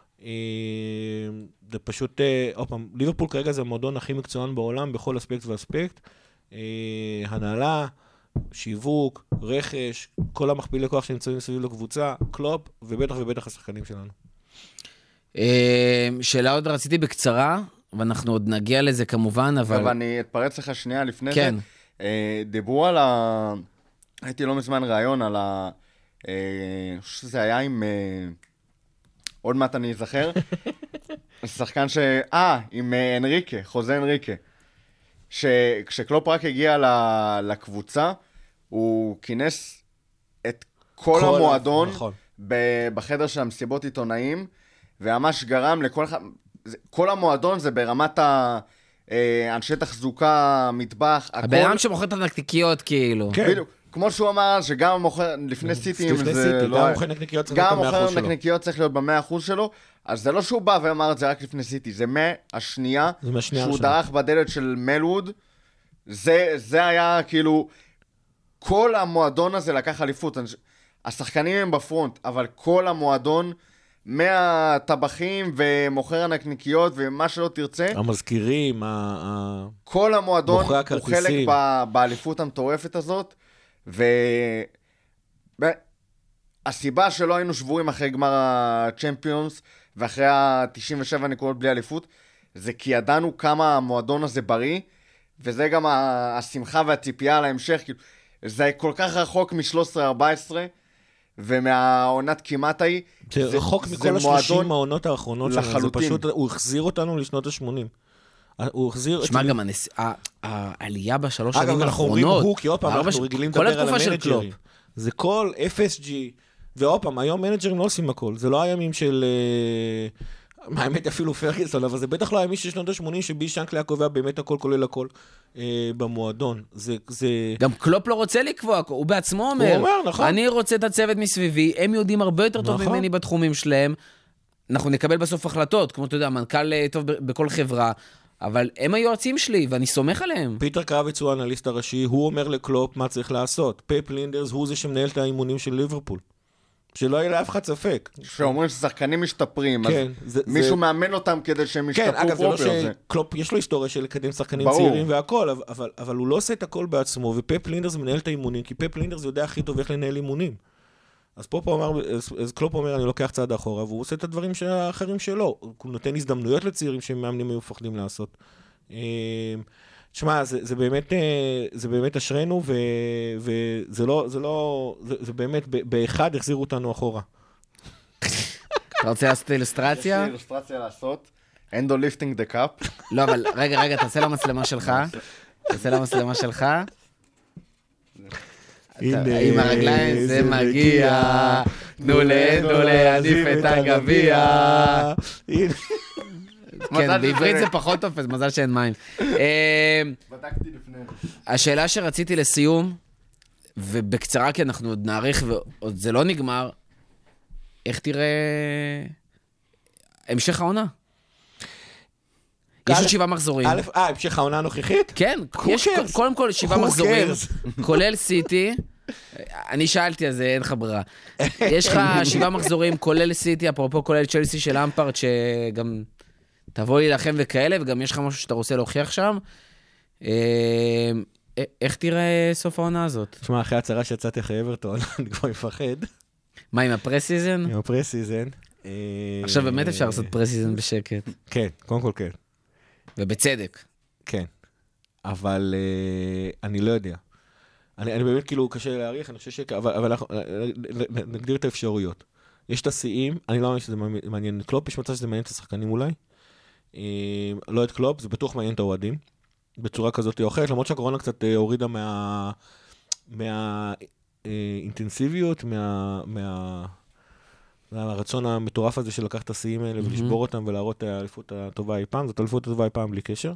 זה פשוט, עוד פעם, ליברפול כרגע זה המועדון הכי מקצוען בעולם, בכל אספקט ואספקט. הנהלה, שיווק, רכש, כל המכפילי כוח שנמצאים סביב לקבוצה, קלופ, ובטח ובטח השחקנים שלנו. שאלה עוד רציתי בקצרה, ואנחנו עוד נגיע לזה כמובן, אבל... אבל אני אתפרץ לך שנייה לפני כן. זה. דיברו על ה... הייתי לא מזמן רעיון על ה... אני חושב שזה היה עם עוד מעט אני אזכר. שחקן ש... אה, עם אנריקה, חוזה אנריקה. כשקלופ רק הגיע לקבוצה, הוא כינס את כל המועדון בחדר של המסיבות עיתונאים, וממש גרם לכל... כל המועדון זה ברמת האנשי תחזוקה, מטבח, הכל... הבן שמוכר את הנקניקיות כאילו. בדיוק. כמו שהוא אמר, שגם מוכר, לפני סיטי, לפני סיטי, גם מוכר נקניקיות צריך להיות ב-מאה אחוז שלו. גם מוכר נקניקיות צריך להיות ב-מאה אחוז שלו, אז זה לא שהוא בא ואמר את זה רק לפני סיטי, זה מהשנייה שהוא דרך בדלת של מלווד, זה היה כאילו, כל המועדון הזה לקח אליפות, השחקנים הם בפרונט, אבל כל המועדון, מהטבחים ומוכר הנקניקיות ומה שלא תרצה, המזכירים, כל המועדון הוא חלק באליפות המטורפת הזאת, והסיבה שלא היינו שבורים אחרי גמר הצ'מפיונס ואחרי ה-תשעים ושבע נקודות בלי אליפות, זה כי ידענו כמה המועדון הזה בריא, וזה גם השמחה והציפייה על ההמשך, זה כל כך רחוק מ-שלוש עשרה ארבע עשרה, ומהעונת כמעט ההיא, זה רחוק מכל השלושים העונות האחרונות שלנו, זה פשוט, הוא החזיר אותנו לשנות ה-שמונים. הוא החזיר... שמע, גם העלייה בשלוש שנים האחרונות, הוא, כי עוד פעם, אנחנו רגילים לדבר על המנג'רים. זה כל אף אס ג'י, ועוד פעם, היום מנג'רים לא עושים הכל, זה לא הימים של... מה האמת אפילו פרגוסון, אבל זה בטח לא הימים של שנות ה-שמונים, שבי שנקלי הקובע באמת הכל כולל הכל במועדון. זה... גם קלופ לא רוצה לקבוע, הוא בעצמו אומר, הוא אומר, נכון. אני רוצה את הצוות מסביבי, הם יודעים הרבה יותר טוב ממני בתחומים שלהם, אנחנו נקבל בסוף החלטות, כמו אתה יודע, מנכ"ל טוב בכל חברה, אבל הם היועצים שלי, ואני סומך עליהם. פיטר קרביץ הוא האנליסט הראשי, הוא אומר לקלופ מה צריך לעשות. פפ לינדרס הוא זה שמנהל את האימונים של ליברפול. שלא יהיה לאף אחד ספק. שאומרים ששחקנים משתפרים, אז מישהו מאמן אותם כדי שהם ישתפרו פרופר. כן, אגב, זה לא שקלופ, יש לו היסטוריה של לקדם שחקנים צעירים והכל, אבל הוא לא עושה את הכל בעצמו, ופפ לינדרס מנהל את האימונים, כי פפ לינדרס יודע הכי טוב איך לנהל אימונים. אז קלופ אומר, אני לוקח צעד אחורה, והוא עושה את הדברים האחרים שלו. הוא נותן הזדמנויות לצעירים שמאמנים היו מפחדים לעשות. תשמע, זה באמת, זה באמת אשרנו, וזה לא, זה לא, זה באמת, באחד החזירו אותנו אחורה. אתה רוצה לעשות אילוסטרציה? יש לי אילוסטרציה לעשות. אנדו ליפטינג דה קאפ. לא, אבל רגע, רגע, תעשה למצלמה שלך. תעשה למצלמה שלך. עם הרגליים זה מגיע, תנו לאנדו להניף את הגביע. כן, בעברית זה פחות תופס, מזל שאין מים. בדקתי לפני. השאלה שרציתי לסיום, ובקצרה כי אנחנו עוד נעריך ועוד זה לא נגמר, איך תראה המשך העונה? יש עוד שבעה מחזורים. אה, המשך העונה הנוכחית? כן, יש קודם כל שבעה מחזורים, כולל סיטי. אני שאלתי, אז אין לך ברירה. יש לך שבעה מחזורים, כולל סיטי, אפרופו כולל צ'לסי של אמפרד, שגם תבוא לי לכם וכאלה, וגם יש לך משהו שאתה רוצה להוכיח שם. איך תראה סוף העונה הזאת? תשמע, אחרי הצהרה שיצאתי אחרי אברטון, אני כבר מפחד. מה, עם הפרסיזן? עם הפרסיזן. עכשיו באמת אפשר לעשות פרסיזן בשקט. כן, קודם כל כן. ובצדק. כן. אבל אני לא יודע. אני באמת כאילו קשה להעריך, אני חושב ש... אבל נגדיר את האפשרויות. יש את השיאים, אני לא מאמין שזה מעניין את קלופ, יש מצב שזה מעניין את השחקנים אולי. לא את קלופ, זה בטוח מעניין את האוהדים. בצורה כזאת או אחרת, למרות שהקורונה קצת הורידה מה... מהאינטנסיביות, מה... מה... הרצון המטורף הזה של לקחת את השיאים האלה ולשבור אותם ולהראות את האליפות הטובה אי פעם, זאת האליפות הטובה אי פעם בלי קשר.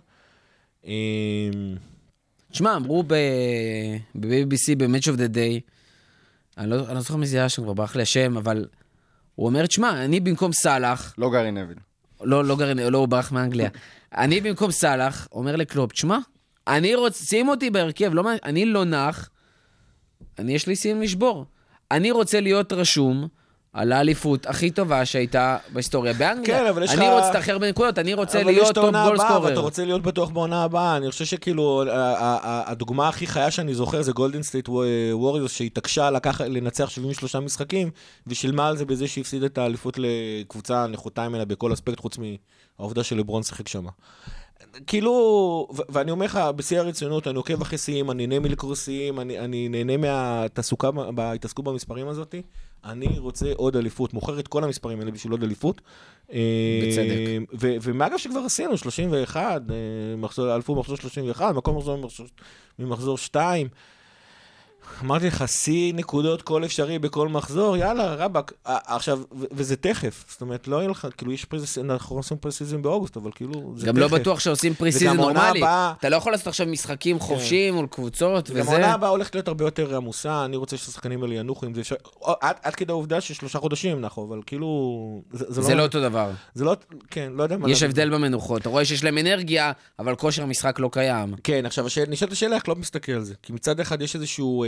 תשמע, אמרו ב-בי בי סי, ב-Match of the Day, אני לא זוכר מי זה היה שם, כבר ברח לי השם, אבל הוא אומר, תשמע, אני במקום סלאח... לא גארי נביל. לא, לא גארי נביל, לא, הוא ברח מאנגליה. אני במקום סלאח, אומר לקלופ, תשמע, אני רוצה, שים אותי בהרכב, אני לא נח, אני יש לי שים לשבור. אני רוצה להיות רשום על האליפות הכי טובה שהייתה בהיסטוריה באנגליה. כן, אבל יש לך... אני רוצה תאחר בנקודות, אני רוצה להיות טופ גול סקורר. אתה רוצה להיות בטוח בעונה הבאה. אני חושב שכאילו, הדוגמה הכי חיה שאני זוכר זה גולדן סטייט ווריורס, שהתעקשה לנצח שבעים ושלושה משחקים, ושילמה על זה בזה שהפסיד את האליפות לקבוצה נחותה ממנה בכל אספקט, חוץ מהעובדה של לברון שיחק שמה. כאילו, ו- ואני אומר לך, בשיא הרציונות, אני עוקב אחרי שיאים, אני נהנה מלקרוא שיאים, אני, אני נהנה מהתעסוקה, בהתעסקות במספרים הזאת, אני רוצה עוד אליפות, מוכר את כל המספרים האלה בשביל עוד אליפות. בצדק. ו- ומאגב שכבר עשינו, שלושים ואחת, מחזור, אלפו מחזור שלושים ואחת, מקום מחזור ממחזור שתיים, אמרתי לך, שיא נקודות כל אפשרי בכל מחזור, יאללה, רבק, עכשיו, וזה תכף, זאת אומרת, לא יהיה לך, כאילו, יש פרסיזם, אנחנו עושים פרסיזם באוגוסט, אבל כאילו, זה תכף. גם לא בטוח שעושים פרסיזם נורמלי. אתה לא יכול לעשות עכשיו משחקים חופשיים מול קבוצות, וזה... גם העונה הבאה הולכת להיות הרבה יותר עמוסה, אני רוצה שהשחקנים האלה ינוחו עם זה, עד כדי העובדה ששלושה חודשים נחו, אבל כאילו... זה לא אותו דבר. זה לא, כן, לא יודע מה... יש הבדל במנוחות, אתה רואה שיש להם אנרגיה, אבל כושר המשחק לא קיים. כן, עכשיו, נשאלת השאלה, איך לא מסתכל על זה? כי מצד אחד יש איזשהו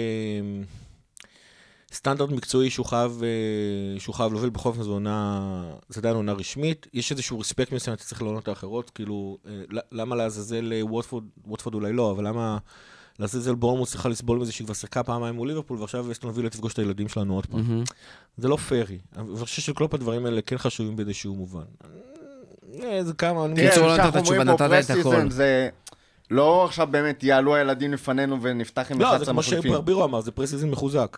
סטנדרט מקצועי שהוא חייב, שהוא חייב להוביל בכל זאת, זו עונה, זה עדיין עונה רשמית, יש איזשהו רספקט מסוים, אתה צריך לעונות האחרות, כאילו, למה לעזאזל ווטפורד, ווטפורד אולי לא, אבל למה לעזאזל בורנמוט צריכה לסבול מזה שהיא כבר שיחקה פעמיים מול ליברפול, ועכשיו אסטון וילה תפגוש את הילדים שלנו עוד פעם. זה לא פיירי. אני חושב שקלופ הדברים האלה כן חשובים באיזשהו מובן. זה כמה... קיצור, לא נתת התשובה, נתת את הכל. לא עכשיו באמת יעלו הילדים לפנינו ונפתח עם אחד לא, זה כמו שברבירו אמר, זה פרסיזם מחוזק.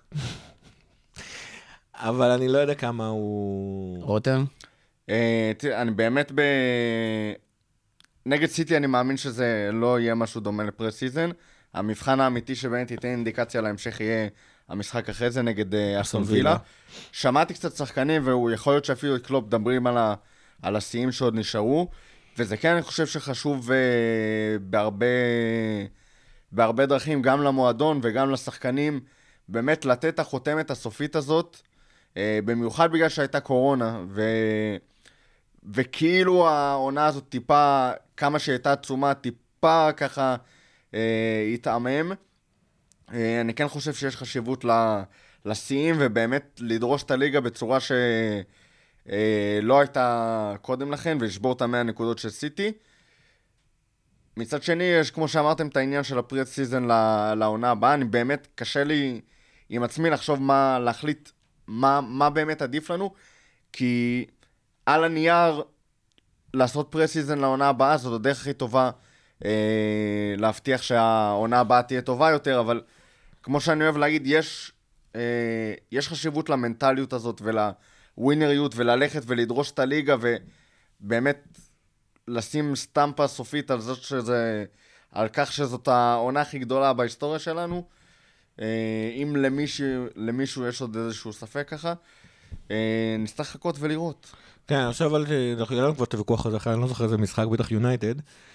אבל אני לא יודע כמה הוא... רותם? אני באמת ב... נגד סיטי אני מאמין שזה לא יהיה משהו דומה לפרסיזן. המבחן האמיתי שבאמת ייתן אינדיקציה להמשך יהיה המשחק אחרי זה נגד אסטון וילה. שמעתי קצת שחקנים והוא יכול להיות שאפילו את קלופ מדברים על השיאים שעוד נשארו. וזה כן, אני חושב שחשוב uh, בהרבה, בהרבה דרכים, גם למועדון וגם לשחקנים, באמת לתת החותמת הסופית הזאת, uh, במיוחד בגלל שהייתה קורונה, ו... וכאילו העונה הזאת טיפה, כמה שהייתה עצומה, טיפה ככה uh, התאמם. Uh, אני כן חושב שיש חשיבות לשיאים, ובאמת לדרוש את הליגה בצורה ש... לא הייתה קודם לכן, ולשבור את המאה נקודות של סיטי. מצד שני, יש כמו שאמרתם את העניין של הפריט סיזן לעונה הבאה, אני באמת קשה לי עם עצמי לחשוב מה, להחליט מה, מה באמת עדיף לנו, כי על הנייר לעשות פריט סיזן לעונה הבאה, זאת הדרך הכי טובה אה, להבטיח שהעונה הבאה תהיה טובה יותר, אבל כמו שאני אוהב להגיד, יש, אה, יש חשיבות למנטליות הזאת ול... ווינריות וללכת ולדרוש את הליגה ובאמת לשים סטמפה סופית על זאת שזה, על כך שזאת העונה הכי גדולה בהיסטוריה שלנו. אם למישהו, למישהו יש עוד איזשהו ספק ככה, נצטרך לחכות ולראות. כן, עכשיו אנחנו הגענו כבר את הוויכוח הזה, אני לא זוכר איזה משחק, בטח יונייטד.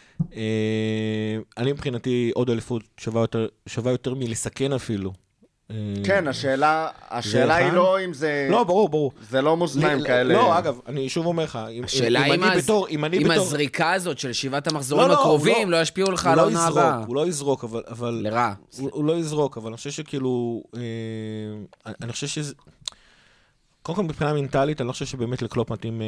אני מבחינתי עוד אליפות שווה יותר מלסכן אפילו. כן, השאלה, השאלה היא לא אם זה... לא, ברור, ברור. זה לא מוזניים כאלה. לא, אגב, אני שוב אומר לך, השאלה אם הזריקה הזאת של שבעת המחזורים הקרובים לא ישפיעו לך על העונה הבאה. הוא לא יזרוק, אבל... לרע. הוא לא יזרוק, אבל אני חושב שכאילו... אני חושב שזה... קודם כל, מבחינה מנטלית, אני לא חושב שבאמת לקלופ מתאים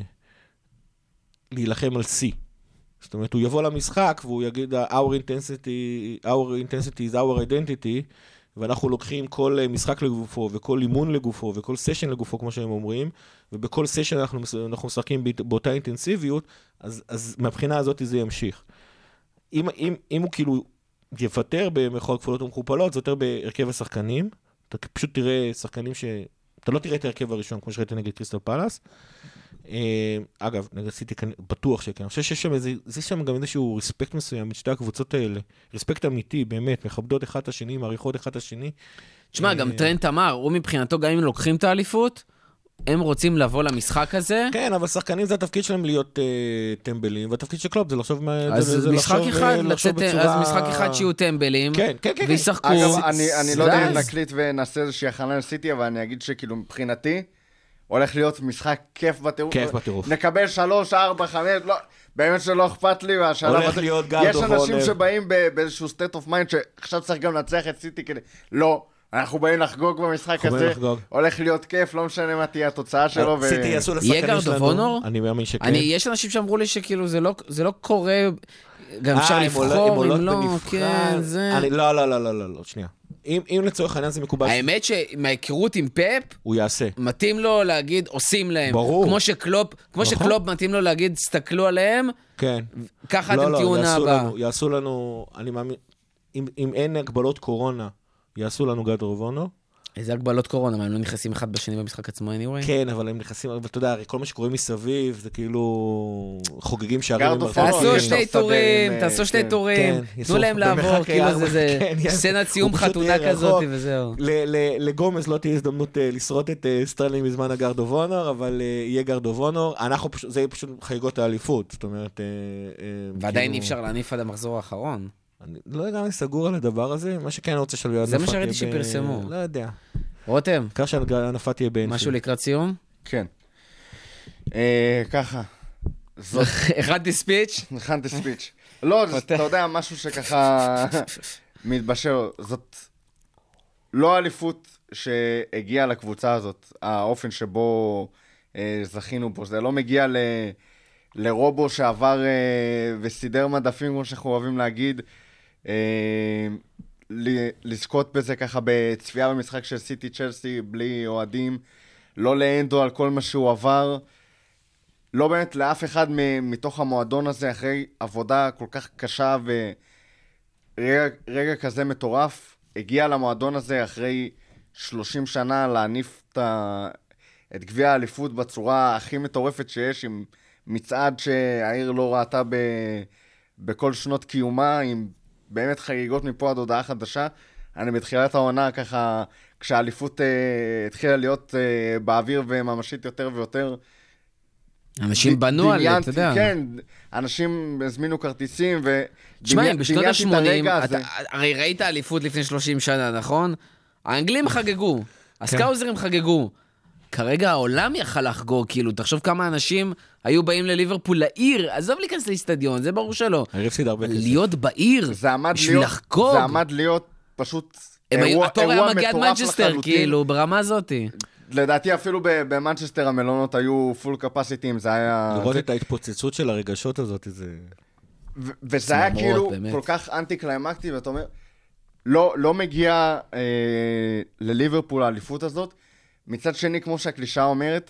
להילחם על C. זאת אומרת, הוא יבוא למשחק והוא יגיד, our intensity, our intensity is our identity, ואנחנו לוקחים כל משחק לגופו, וכל אימון לגופו, וכל סשן לגופו, כמו שהם אומרים, ובכל סשן אנחנו, אנחנו משחקים באותה אינטנסיביות, אז, אז מהבחינה הזאת זה ימשיך. אם, אם, אם הוא כאילו יוותר במחאות כפולות ומכופלות, זה יותר בהרכב השחקנים, אתה פשוט תראה שחקנים ש... אתה לא תראה את ההרכב הראשון, כמו שראית נגד קריסטל פלאס. אגב, נגד סיטי בטוח שכן. אני חושב שיש שם, איזה, זה שם גם איזשהו רספקט מסוים, את שתי הקבוצות האלה. רספקט אמיתי, באמת, מכבדות אחד את השני, מעריכות אחד את השני. תשמע, גם טרנט אמר, הוא מבחינתו, גם אם לוקחים את האליפות, הם רוצים לבוא למשחק הזה. כן, אבל שחקנים זה התפקיד שלהם להיות uh, טמבלים, והתפקיד של קלופ זה לחשוב מה... אז זה, משחק לחשוב, אחד, לחשוב לצאת, בצורה... אז משחק אחד שיהיו טמבלים, כן, כן, כן, וישחקו. אגב, אני, אני לא יודע אם נקליט ונעשה איזושהי הכנה לסיטי, אבל אני אגיד שכאילו מבחינתי, הולך להיות משחק כיף בטירוף. כיף בטירוף. נקבל שלוש, ארבע, חמש, לא, באמת שלא אכפת לי, והשלב הולך הזה, להיות גארד יש אנשים שבאים באיזשהו state of mind, שעכשיו צריך גם לנצח את סיטי כדי, לא, אנחנו באים לחגוג במשחק הזה, הולך להיות כיף, לא משנה מה תהיה התוצאה שלו. סיטי יעשו לשחקנים שלנו. יהיה גארד אוף אני מאמין שכן. יש אנשים שאמרו לי שכאילו זה לא קורה, גם אפשר לבחור, אם לא, כן, זה... לא, לא, לא, לא, לא, שנייה. אם, אם לצורך העניין זה מקובל, האמת שמההיכרות עם פאפ, הוא יעשה. מתאים לו להגיד, עושים להם. ברור. כמו שקלופ, כמו נכון. שקלופ מתאים לו להגיד, תסתכלו עליהם, כן. ככה לא, אתם לא, תהיו עונה יעשו הבאה. לנו, יעשו לנו, אני מאמין, אם, אם אין הגבלות קורונה, יעשו לנו גד רובונו. איזה הגבלות קורונה, מה הם לא נכנסים אחד בשני במשחק עצמו, anyway? כן, אבל הם נכנסים, אבל אתה יודע, הרי כל מה שקורה מסביב, זה כאילו חוגגים שערים. גרד במרחב. אופנו, תעשו יש שני לו שדה טורים, עם, תעשו כן. שני טורים, כן, תנו יעשו להם לעבור, במרחק כאילו ארבע, זה- זה כן, יעשו. סצנת סיום הוא פשוט חתונה יהיה כזאת רחוק. וזהו. ל- ל- לגומז לא תהיה הזדמנות אה, לשרוד את אה, סטרלינג מזמן הגרד וונור, אבל אה, יהיה גרד וונור. אנחנו פשוט, זה יהיה פשוט חגיגות האליפות, זאת אומרת... אה, אה, ועדיין כאילו- אי אפשר להניף עד המחזור האחרון. אני לא יודע, אני סגור על הדבר הזה, מה שכן אני רוצה שלו... זה מה שראיתי שפרסמו. לא יודע. רותם, ככה שהנפה תהיה באנפילד. משהו לקראת סיום? כן. אה, ככה. זאת, הכנתי ספיץ'? הכנתי ספיץ'. לא, זה- אתה יודע, משהו שככה מתבשר. זאת לא אליפות שהגיעה לקבוצה הזאת, האופן שבו אה, זכינו פה. זה לא מגיע ל... לרובו שעבר אה, וסידר מדפים, כמו שאנחנו אוהבים להגיד, אה, ל- לזכות בזה ככה בצפייה במשחק של סיטי צ'לסי בלי אוהדים, לא לאנדו על כל מה שהוא עבר, לא באמת לאף אחד מ- מתוך המועדון הזה, אחרי עבודה כל כך קשה ורגע רגע כזה מטורף, הגיע למועדון הזה אחרי שלושים שנה להניף את, ה- את גביע האליפות בצורה הכי מטורפת שיש, עם מצעד שהעיר לא ראתה ב... בכל שנות קיומה, עם באמת חגיגות מפה עד הודעה חדשה. אני בתחילת העונה ככה, כשהאליפות אה, התחילה להיות אה, באוויר וממשית יותר ויותר, אנשים בנו על זה, אתה יודע. כן, אנשים הזמינו כרטיסים ו... תשמע, אם בשנות דמיינתי את ה-שמונים, הרגע הזה. הרי ראית אליפות לפני שלושים שנה, נכון? האנגלים חגגו, הסקאוזרים חגגו. כרגע העולם יכל לחגוג, כאילו, תחשוב כמה אנשים היו באים לליברפול לעיר, עזוב להיכנס לאצטדיון, זה ברור שלא. העיר הפסיד הרבה כסף. להיות בעיר, זה עמד בשביל להיות, לחגוג. זה עמד להיות פשוט הם היו- אירוע, התור היה אירוע מגיע עד מטורף מנצ'סטר, לחלוטין. כאילו, ברמה הזאת. לדעתי אפילו ב- במנצ'סטר המלונות היו פול קפסיטים, זה היה... לראות זה- את ההתפוצצות של הרגשות הזאת, זה... ו- וזה היה צמרמורת, כאילו באמת. כל כך אנטי קליימקטי, ואתה אומר, לא, לא מגיע אה, לליברפול האליפות הזאת. מצד שני, כמו שהקלישה אומרת,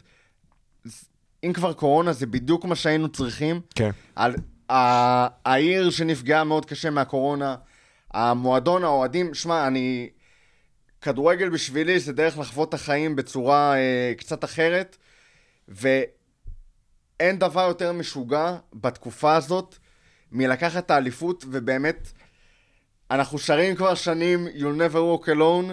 אם כבר קורונה זה בדיוק מה שהיינו צריכים. כן. על, ה- העיר שנפגעה מאוד קשה מהקורונה, המועדון, האוהדים, שמע, אני... כדורגל בשבילי זה דרך לחוות את החיים בצורה אה, קצת אחרת, ואין דבר יותר משוגע בתקופה הזאת מלקחת את האליפות, ובאמת, אנחנו שרים כבר שנים You'll never walk alone,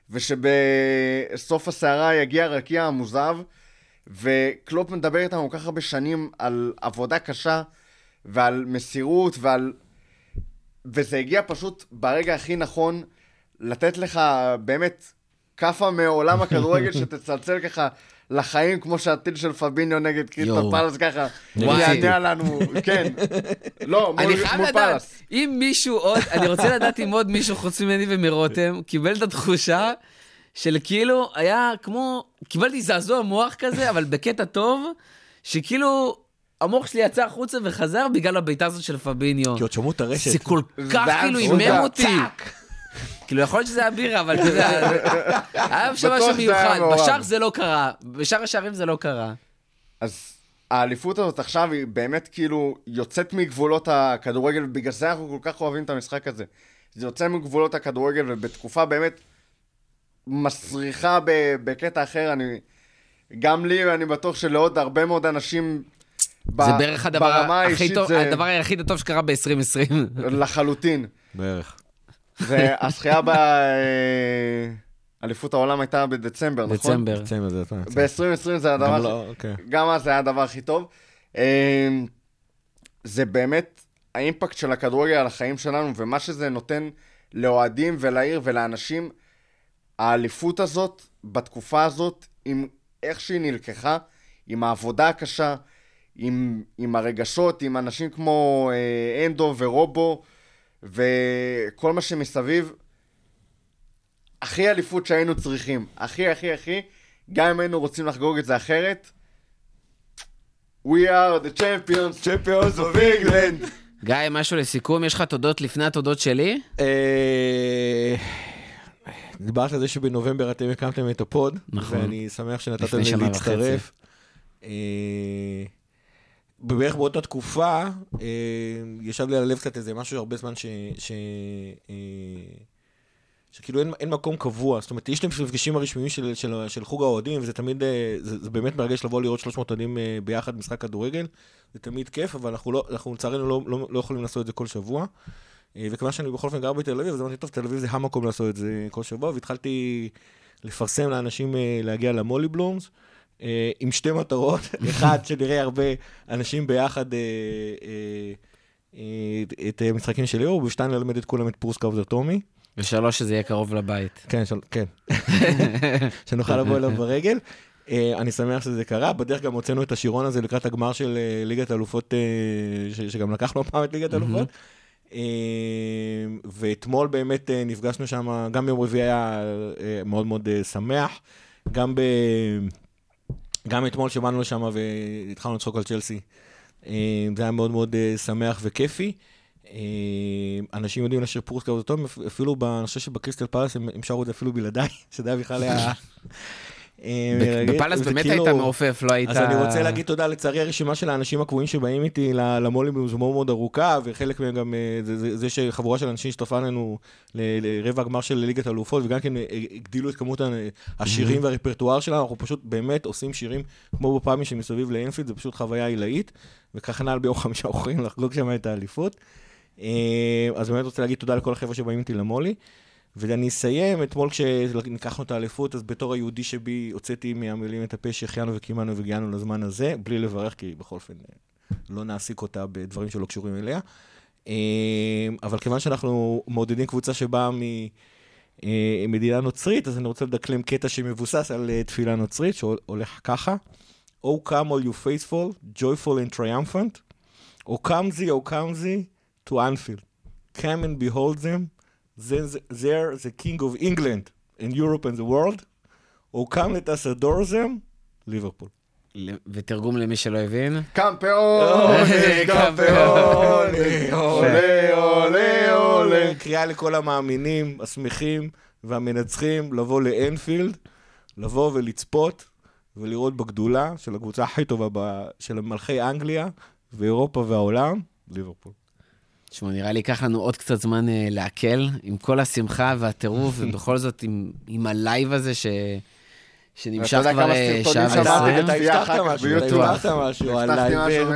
ושבסוף הסערה יגיע רקיע המוזב, וקלופ מדבר איתנו כל כך הרבה שנים על עבודה קשה, ועל מסירות, ועל... וזה הגיע פשוט ברגע הכי נכון, לתת לך באמת כפה מעולם הכדורגל שתצלצל ככה לחיים, כמו שהטיל של פביניו נגד קריסטל יואו. פלס ככה, וואי. יענה לנו, כן. לא, מול, אני חייב מול לדעת, פלס. אם מישהו עוד, אני רוצה לדעת אם עוד מישהו חוץ ממני ומרותם, קיבל את התחושה של כאילו היה כמו, קיבלתי זעזוע מוח כזה, אבל בקטע טוב, שכאילו המוח שלי יצא החוצה וחזר בגלל הביתה הזאת של פביניו. כי עוד שמעו את הרשת. זה כל כך ואז כאילו הוא אימם יודע, אותי. כאילו יכול להיות שזה היה בירה, אבל אתה יודע, היה שם בטוח משהו זה היה מיוחד. מעורב. בשאר זה לא קרה, בשאר השערים זה לא קרה. אז האליפות הזאת עכשיו היא באמת כאילו יוצאת מגבולות הכדורגל, ובגלל זה אנחנו כל כך אוהבים את המשחק הזה. זה יוצא מגבולות הכדורגל, ובתקופה באמת מסריחה ב- בקטע אחר. אני, גם לי, ואני בטוח שלעוד הרבה מאוד אנשים ב- זה בערך הדבר ברמה הכי האישית טוב, זה הדבר היחיד הטוב שקרה ב-עשרים עשרים. לחלוטין. בערך. והזכייה באליפות העולם הייתה בדצמבר, נכון? דצמבר. צמא זה אתה. ב-עשרים עשרים זה הדבר גם הכי... לא, אוקיי. גם אז זה היה הדבר הכי טוב. אמ, זה באמת האימפקט של הכדורגל על החיים שלנו, ומה שזה נותן לאוהדים ולעיר ולאנשים, האליפות הזאת, בתקופה הזאת, עם איך שהיא נלקחה, עם העבודה הקשה, עם, עם הרגשות, עם אנשים כמו אה, אנדו ורובו, וכל מה שמסביב, הכי אליפות שהיינו צריכים. הכי, הכי, הכי, גם אם היינו רוצים לחגוג את זה אחרת, We are the champions, champions of England. גיא, משהו לסיכום? יש לך תודות לפני התודות שלי? אה, דיברת על זה שבנובמבר אתם הקמתם את הפוד, נכון. ואני שמח שנתתם לפני לי שנה להצטרף. אה, בערך באותה תקופה, אה, ישב לי על הלב קצת איזה משהו הרבה זמן ש... ש אה, שכאילו אין, אין מקום קבוע, זאת אומרת, יש להם מפגשים הרשמיים של, של, של חוג האוהדים, וזה תמיד, זה, זה באמת מרגש לבוא לראות שלוש מאות אוהדים ביחד משחק כדורגל, זה תמיד כיף, אבל אנחנו, לא, אנחנו לצערנו לא, לא, לא יכולים לעשות את זה כל שבוע, וכמה שאני בכל אופן גר בתל אביב, אז אמרתי, טוב, תל אביב זה המקום לעשות את זה כל שבוע, והתחלתי לפרסם לאנשים להגיע למולי בלומס, עם שתי מטרות, אחד, שנראה הרבה אנשים ביחד את משחקים של יור, ושתיים, ללמד את כולם את פורס קאוזר טומי, ושלוש, שזה יהיה קרוב לבית. כן, של... כן. שנוכל לבוא אליו ברגל. Uh, אני שמח שזה קרה. בדרך גם הוצאנו את השירון הזה לקראת הגמר של uh, ליגת אלופות, uh, ש... שגם לקחנו פעם את ליגת אלופות. uh, ואתמול באמת uh, נפגשנו שם, גם ביום רביעי היה uh, מאוד מאוד uh, שמח. גם, ב... גם אתמול שבאנו לשם והתחלנו לצחוק על צ'לסי. Uh, זה היה מאוד מאוד uh, שמח וכיפי. אנשים יודעים לשיר פורס כאוזר טומי, אפילו אני חושב שבקריסטל פלאס הם שרו את זה אפילו בלעדיי, שזה היה בכלל היה... בפלאס באמת היית מעופף, לא היית... אז אני רוצה להגיד תודה, לצערי הרשימה של האנשים הקבועים שבאים איתי למולים זה מאוד מאוד ארוכה, וחלק מהם גם זה שחבורה של אנשים שתופעה לנו לרבע הגמר של ליגת האלופות, וגם כן הגדילו את כמות השירים והרפרטואר שלנו, אנחנו פשוט באמת עושים שירים כמו בפעמים שמסביב לאנפילד, זה פשוט חוויה עילאית, וככה נעל ביום חמישה אוכלים לחגוג שם את האליפות. אז באמת רוצה להגיד תודה לכל החבר'ה שבאים איתי למולי, ואני אסיים, אתמול כשניקחנו את האליפות, אז בתור היהודי שבי הוצאתי מהמילים את הפה שהחיינו וקימנו והגיענו לזמן הזה, בלי לברך, כי בכל אופן לא נעסיק אותה בדברים שלא קשורים אליה. אבל כיוון שאנחנו מעודדים קבוצה שבאה ממדינה נוצרית, אז אני רוצה לדקלם קטע שמבוסס על תפילה נוצרית, שהולך ככה: O come all you faithful, joyful and triumphant, O come thee, O come thee, to Anfield. Come and behold them. Then there the King of England and Europe and the world. O come let us adore them. ליברפול. ותרגום למי שלא הבין. קמפיוני, קמפיוני, עולה, עולה, עולה. קריאה לכל המאמינים, השמחים והמנצחים לבוא לאנפילד, לבוא ולצפות ולראות בגדולה של הקבוצה הכי טובה של מלכי אנגליה ואירופה והעולם, ליברפול. תשמעו, נראה לי ייקח לנו עוד קצת זמן uh, להקל, עם כל השמחה והטירוף, ובכל זאת עם, עם הלייב הזה ש... שנמשך כבר שעה ועשרים. אתה הבטחת משהו, אתה הבטחת משהו, הלייב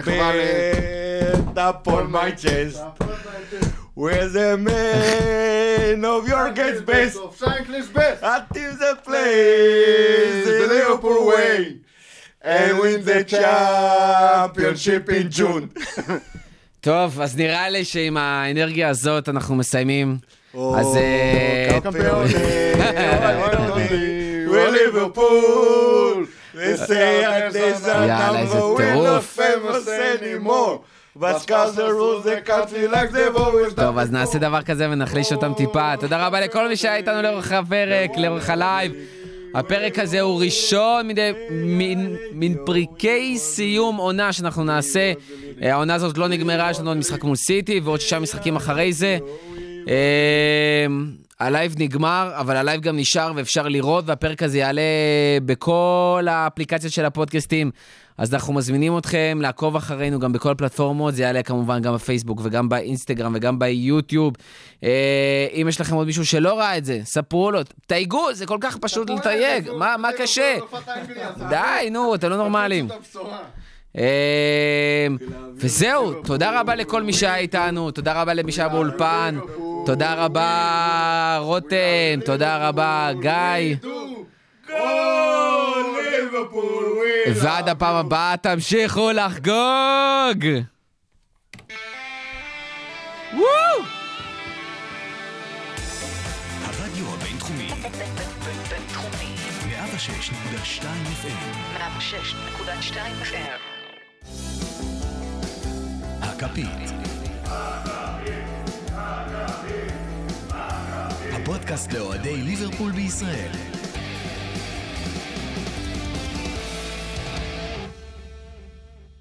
בית upon my chest, where the man of your gets best, until the place, the Liverpool way, and win the championship in June. טוב, אז נראה לי שעם האנרגיה הזאת אנחנו מסיימים. אז... קמפיוני, we're Liverpool, they say at this number we're not famous anymore, but scars the rules they can't feel like they've always done. טוב, אז נעשה דבר כזה ונחליש אותם טיפה. תודה רבה לכל מי שהיה איתנו לאורך הפרק, לאורך הלייב. הפרק הזה הוא ראשון מדי, מין, מין פריקי סיום עונה שאנחנו נעשה. העונה הזאת לא נגמרה, יש לנו עוד משחק מול סיטי ועוד שישה משחקים אחרי זה. הלייב נגמר, אבל הלייב גם נשאר ואפשר לראות, והפרק הזה יעלה בכל האפליקציות של הפודקאסטים. אז אנחנו מזמינים אתכם לעקוב אחרינו גם בכל הפלטפורמות, זה יעלה כמובן גם בפייסבוק וגם באינסטגרם וגם ביוטיוב. אם יש לכם עוד מישהו שלא ראה את זה, ספרו לו, תייגו, זה כל כך פשוט לתייג, מה קשה? די, נו, אתם לא נורמליים. וזהו, תודה רבה לכל מי שהיה איתנו, תודה רבה למי שהיה באולפן, תודה רבה רותם, תודה רבה גיא. ועד הפעם הבאה תמשיכו לחגוג. הרדיו הבינתחומי בינתחומי מאה ושש נקודה שתיים אף אם. מאה ושש נקודה שתיים אף אם. הכפית. הפודקאסט לאוהדי ליברפול בישראל.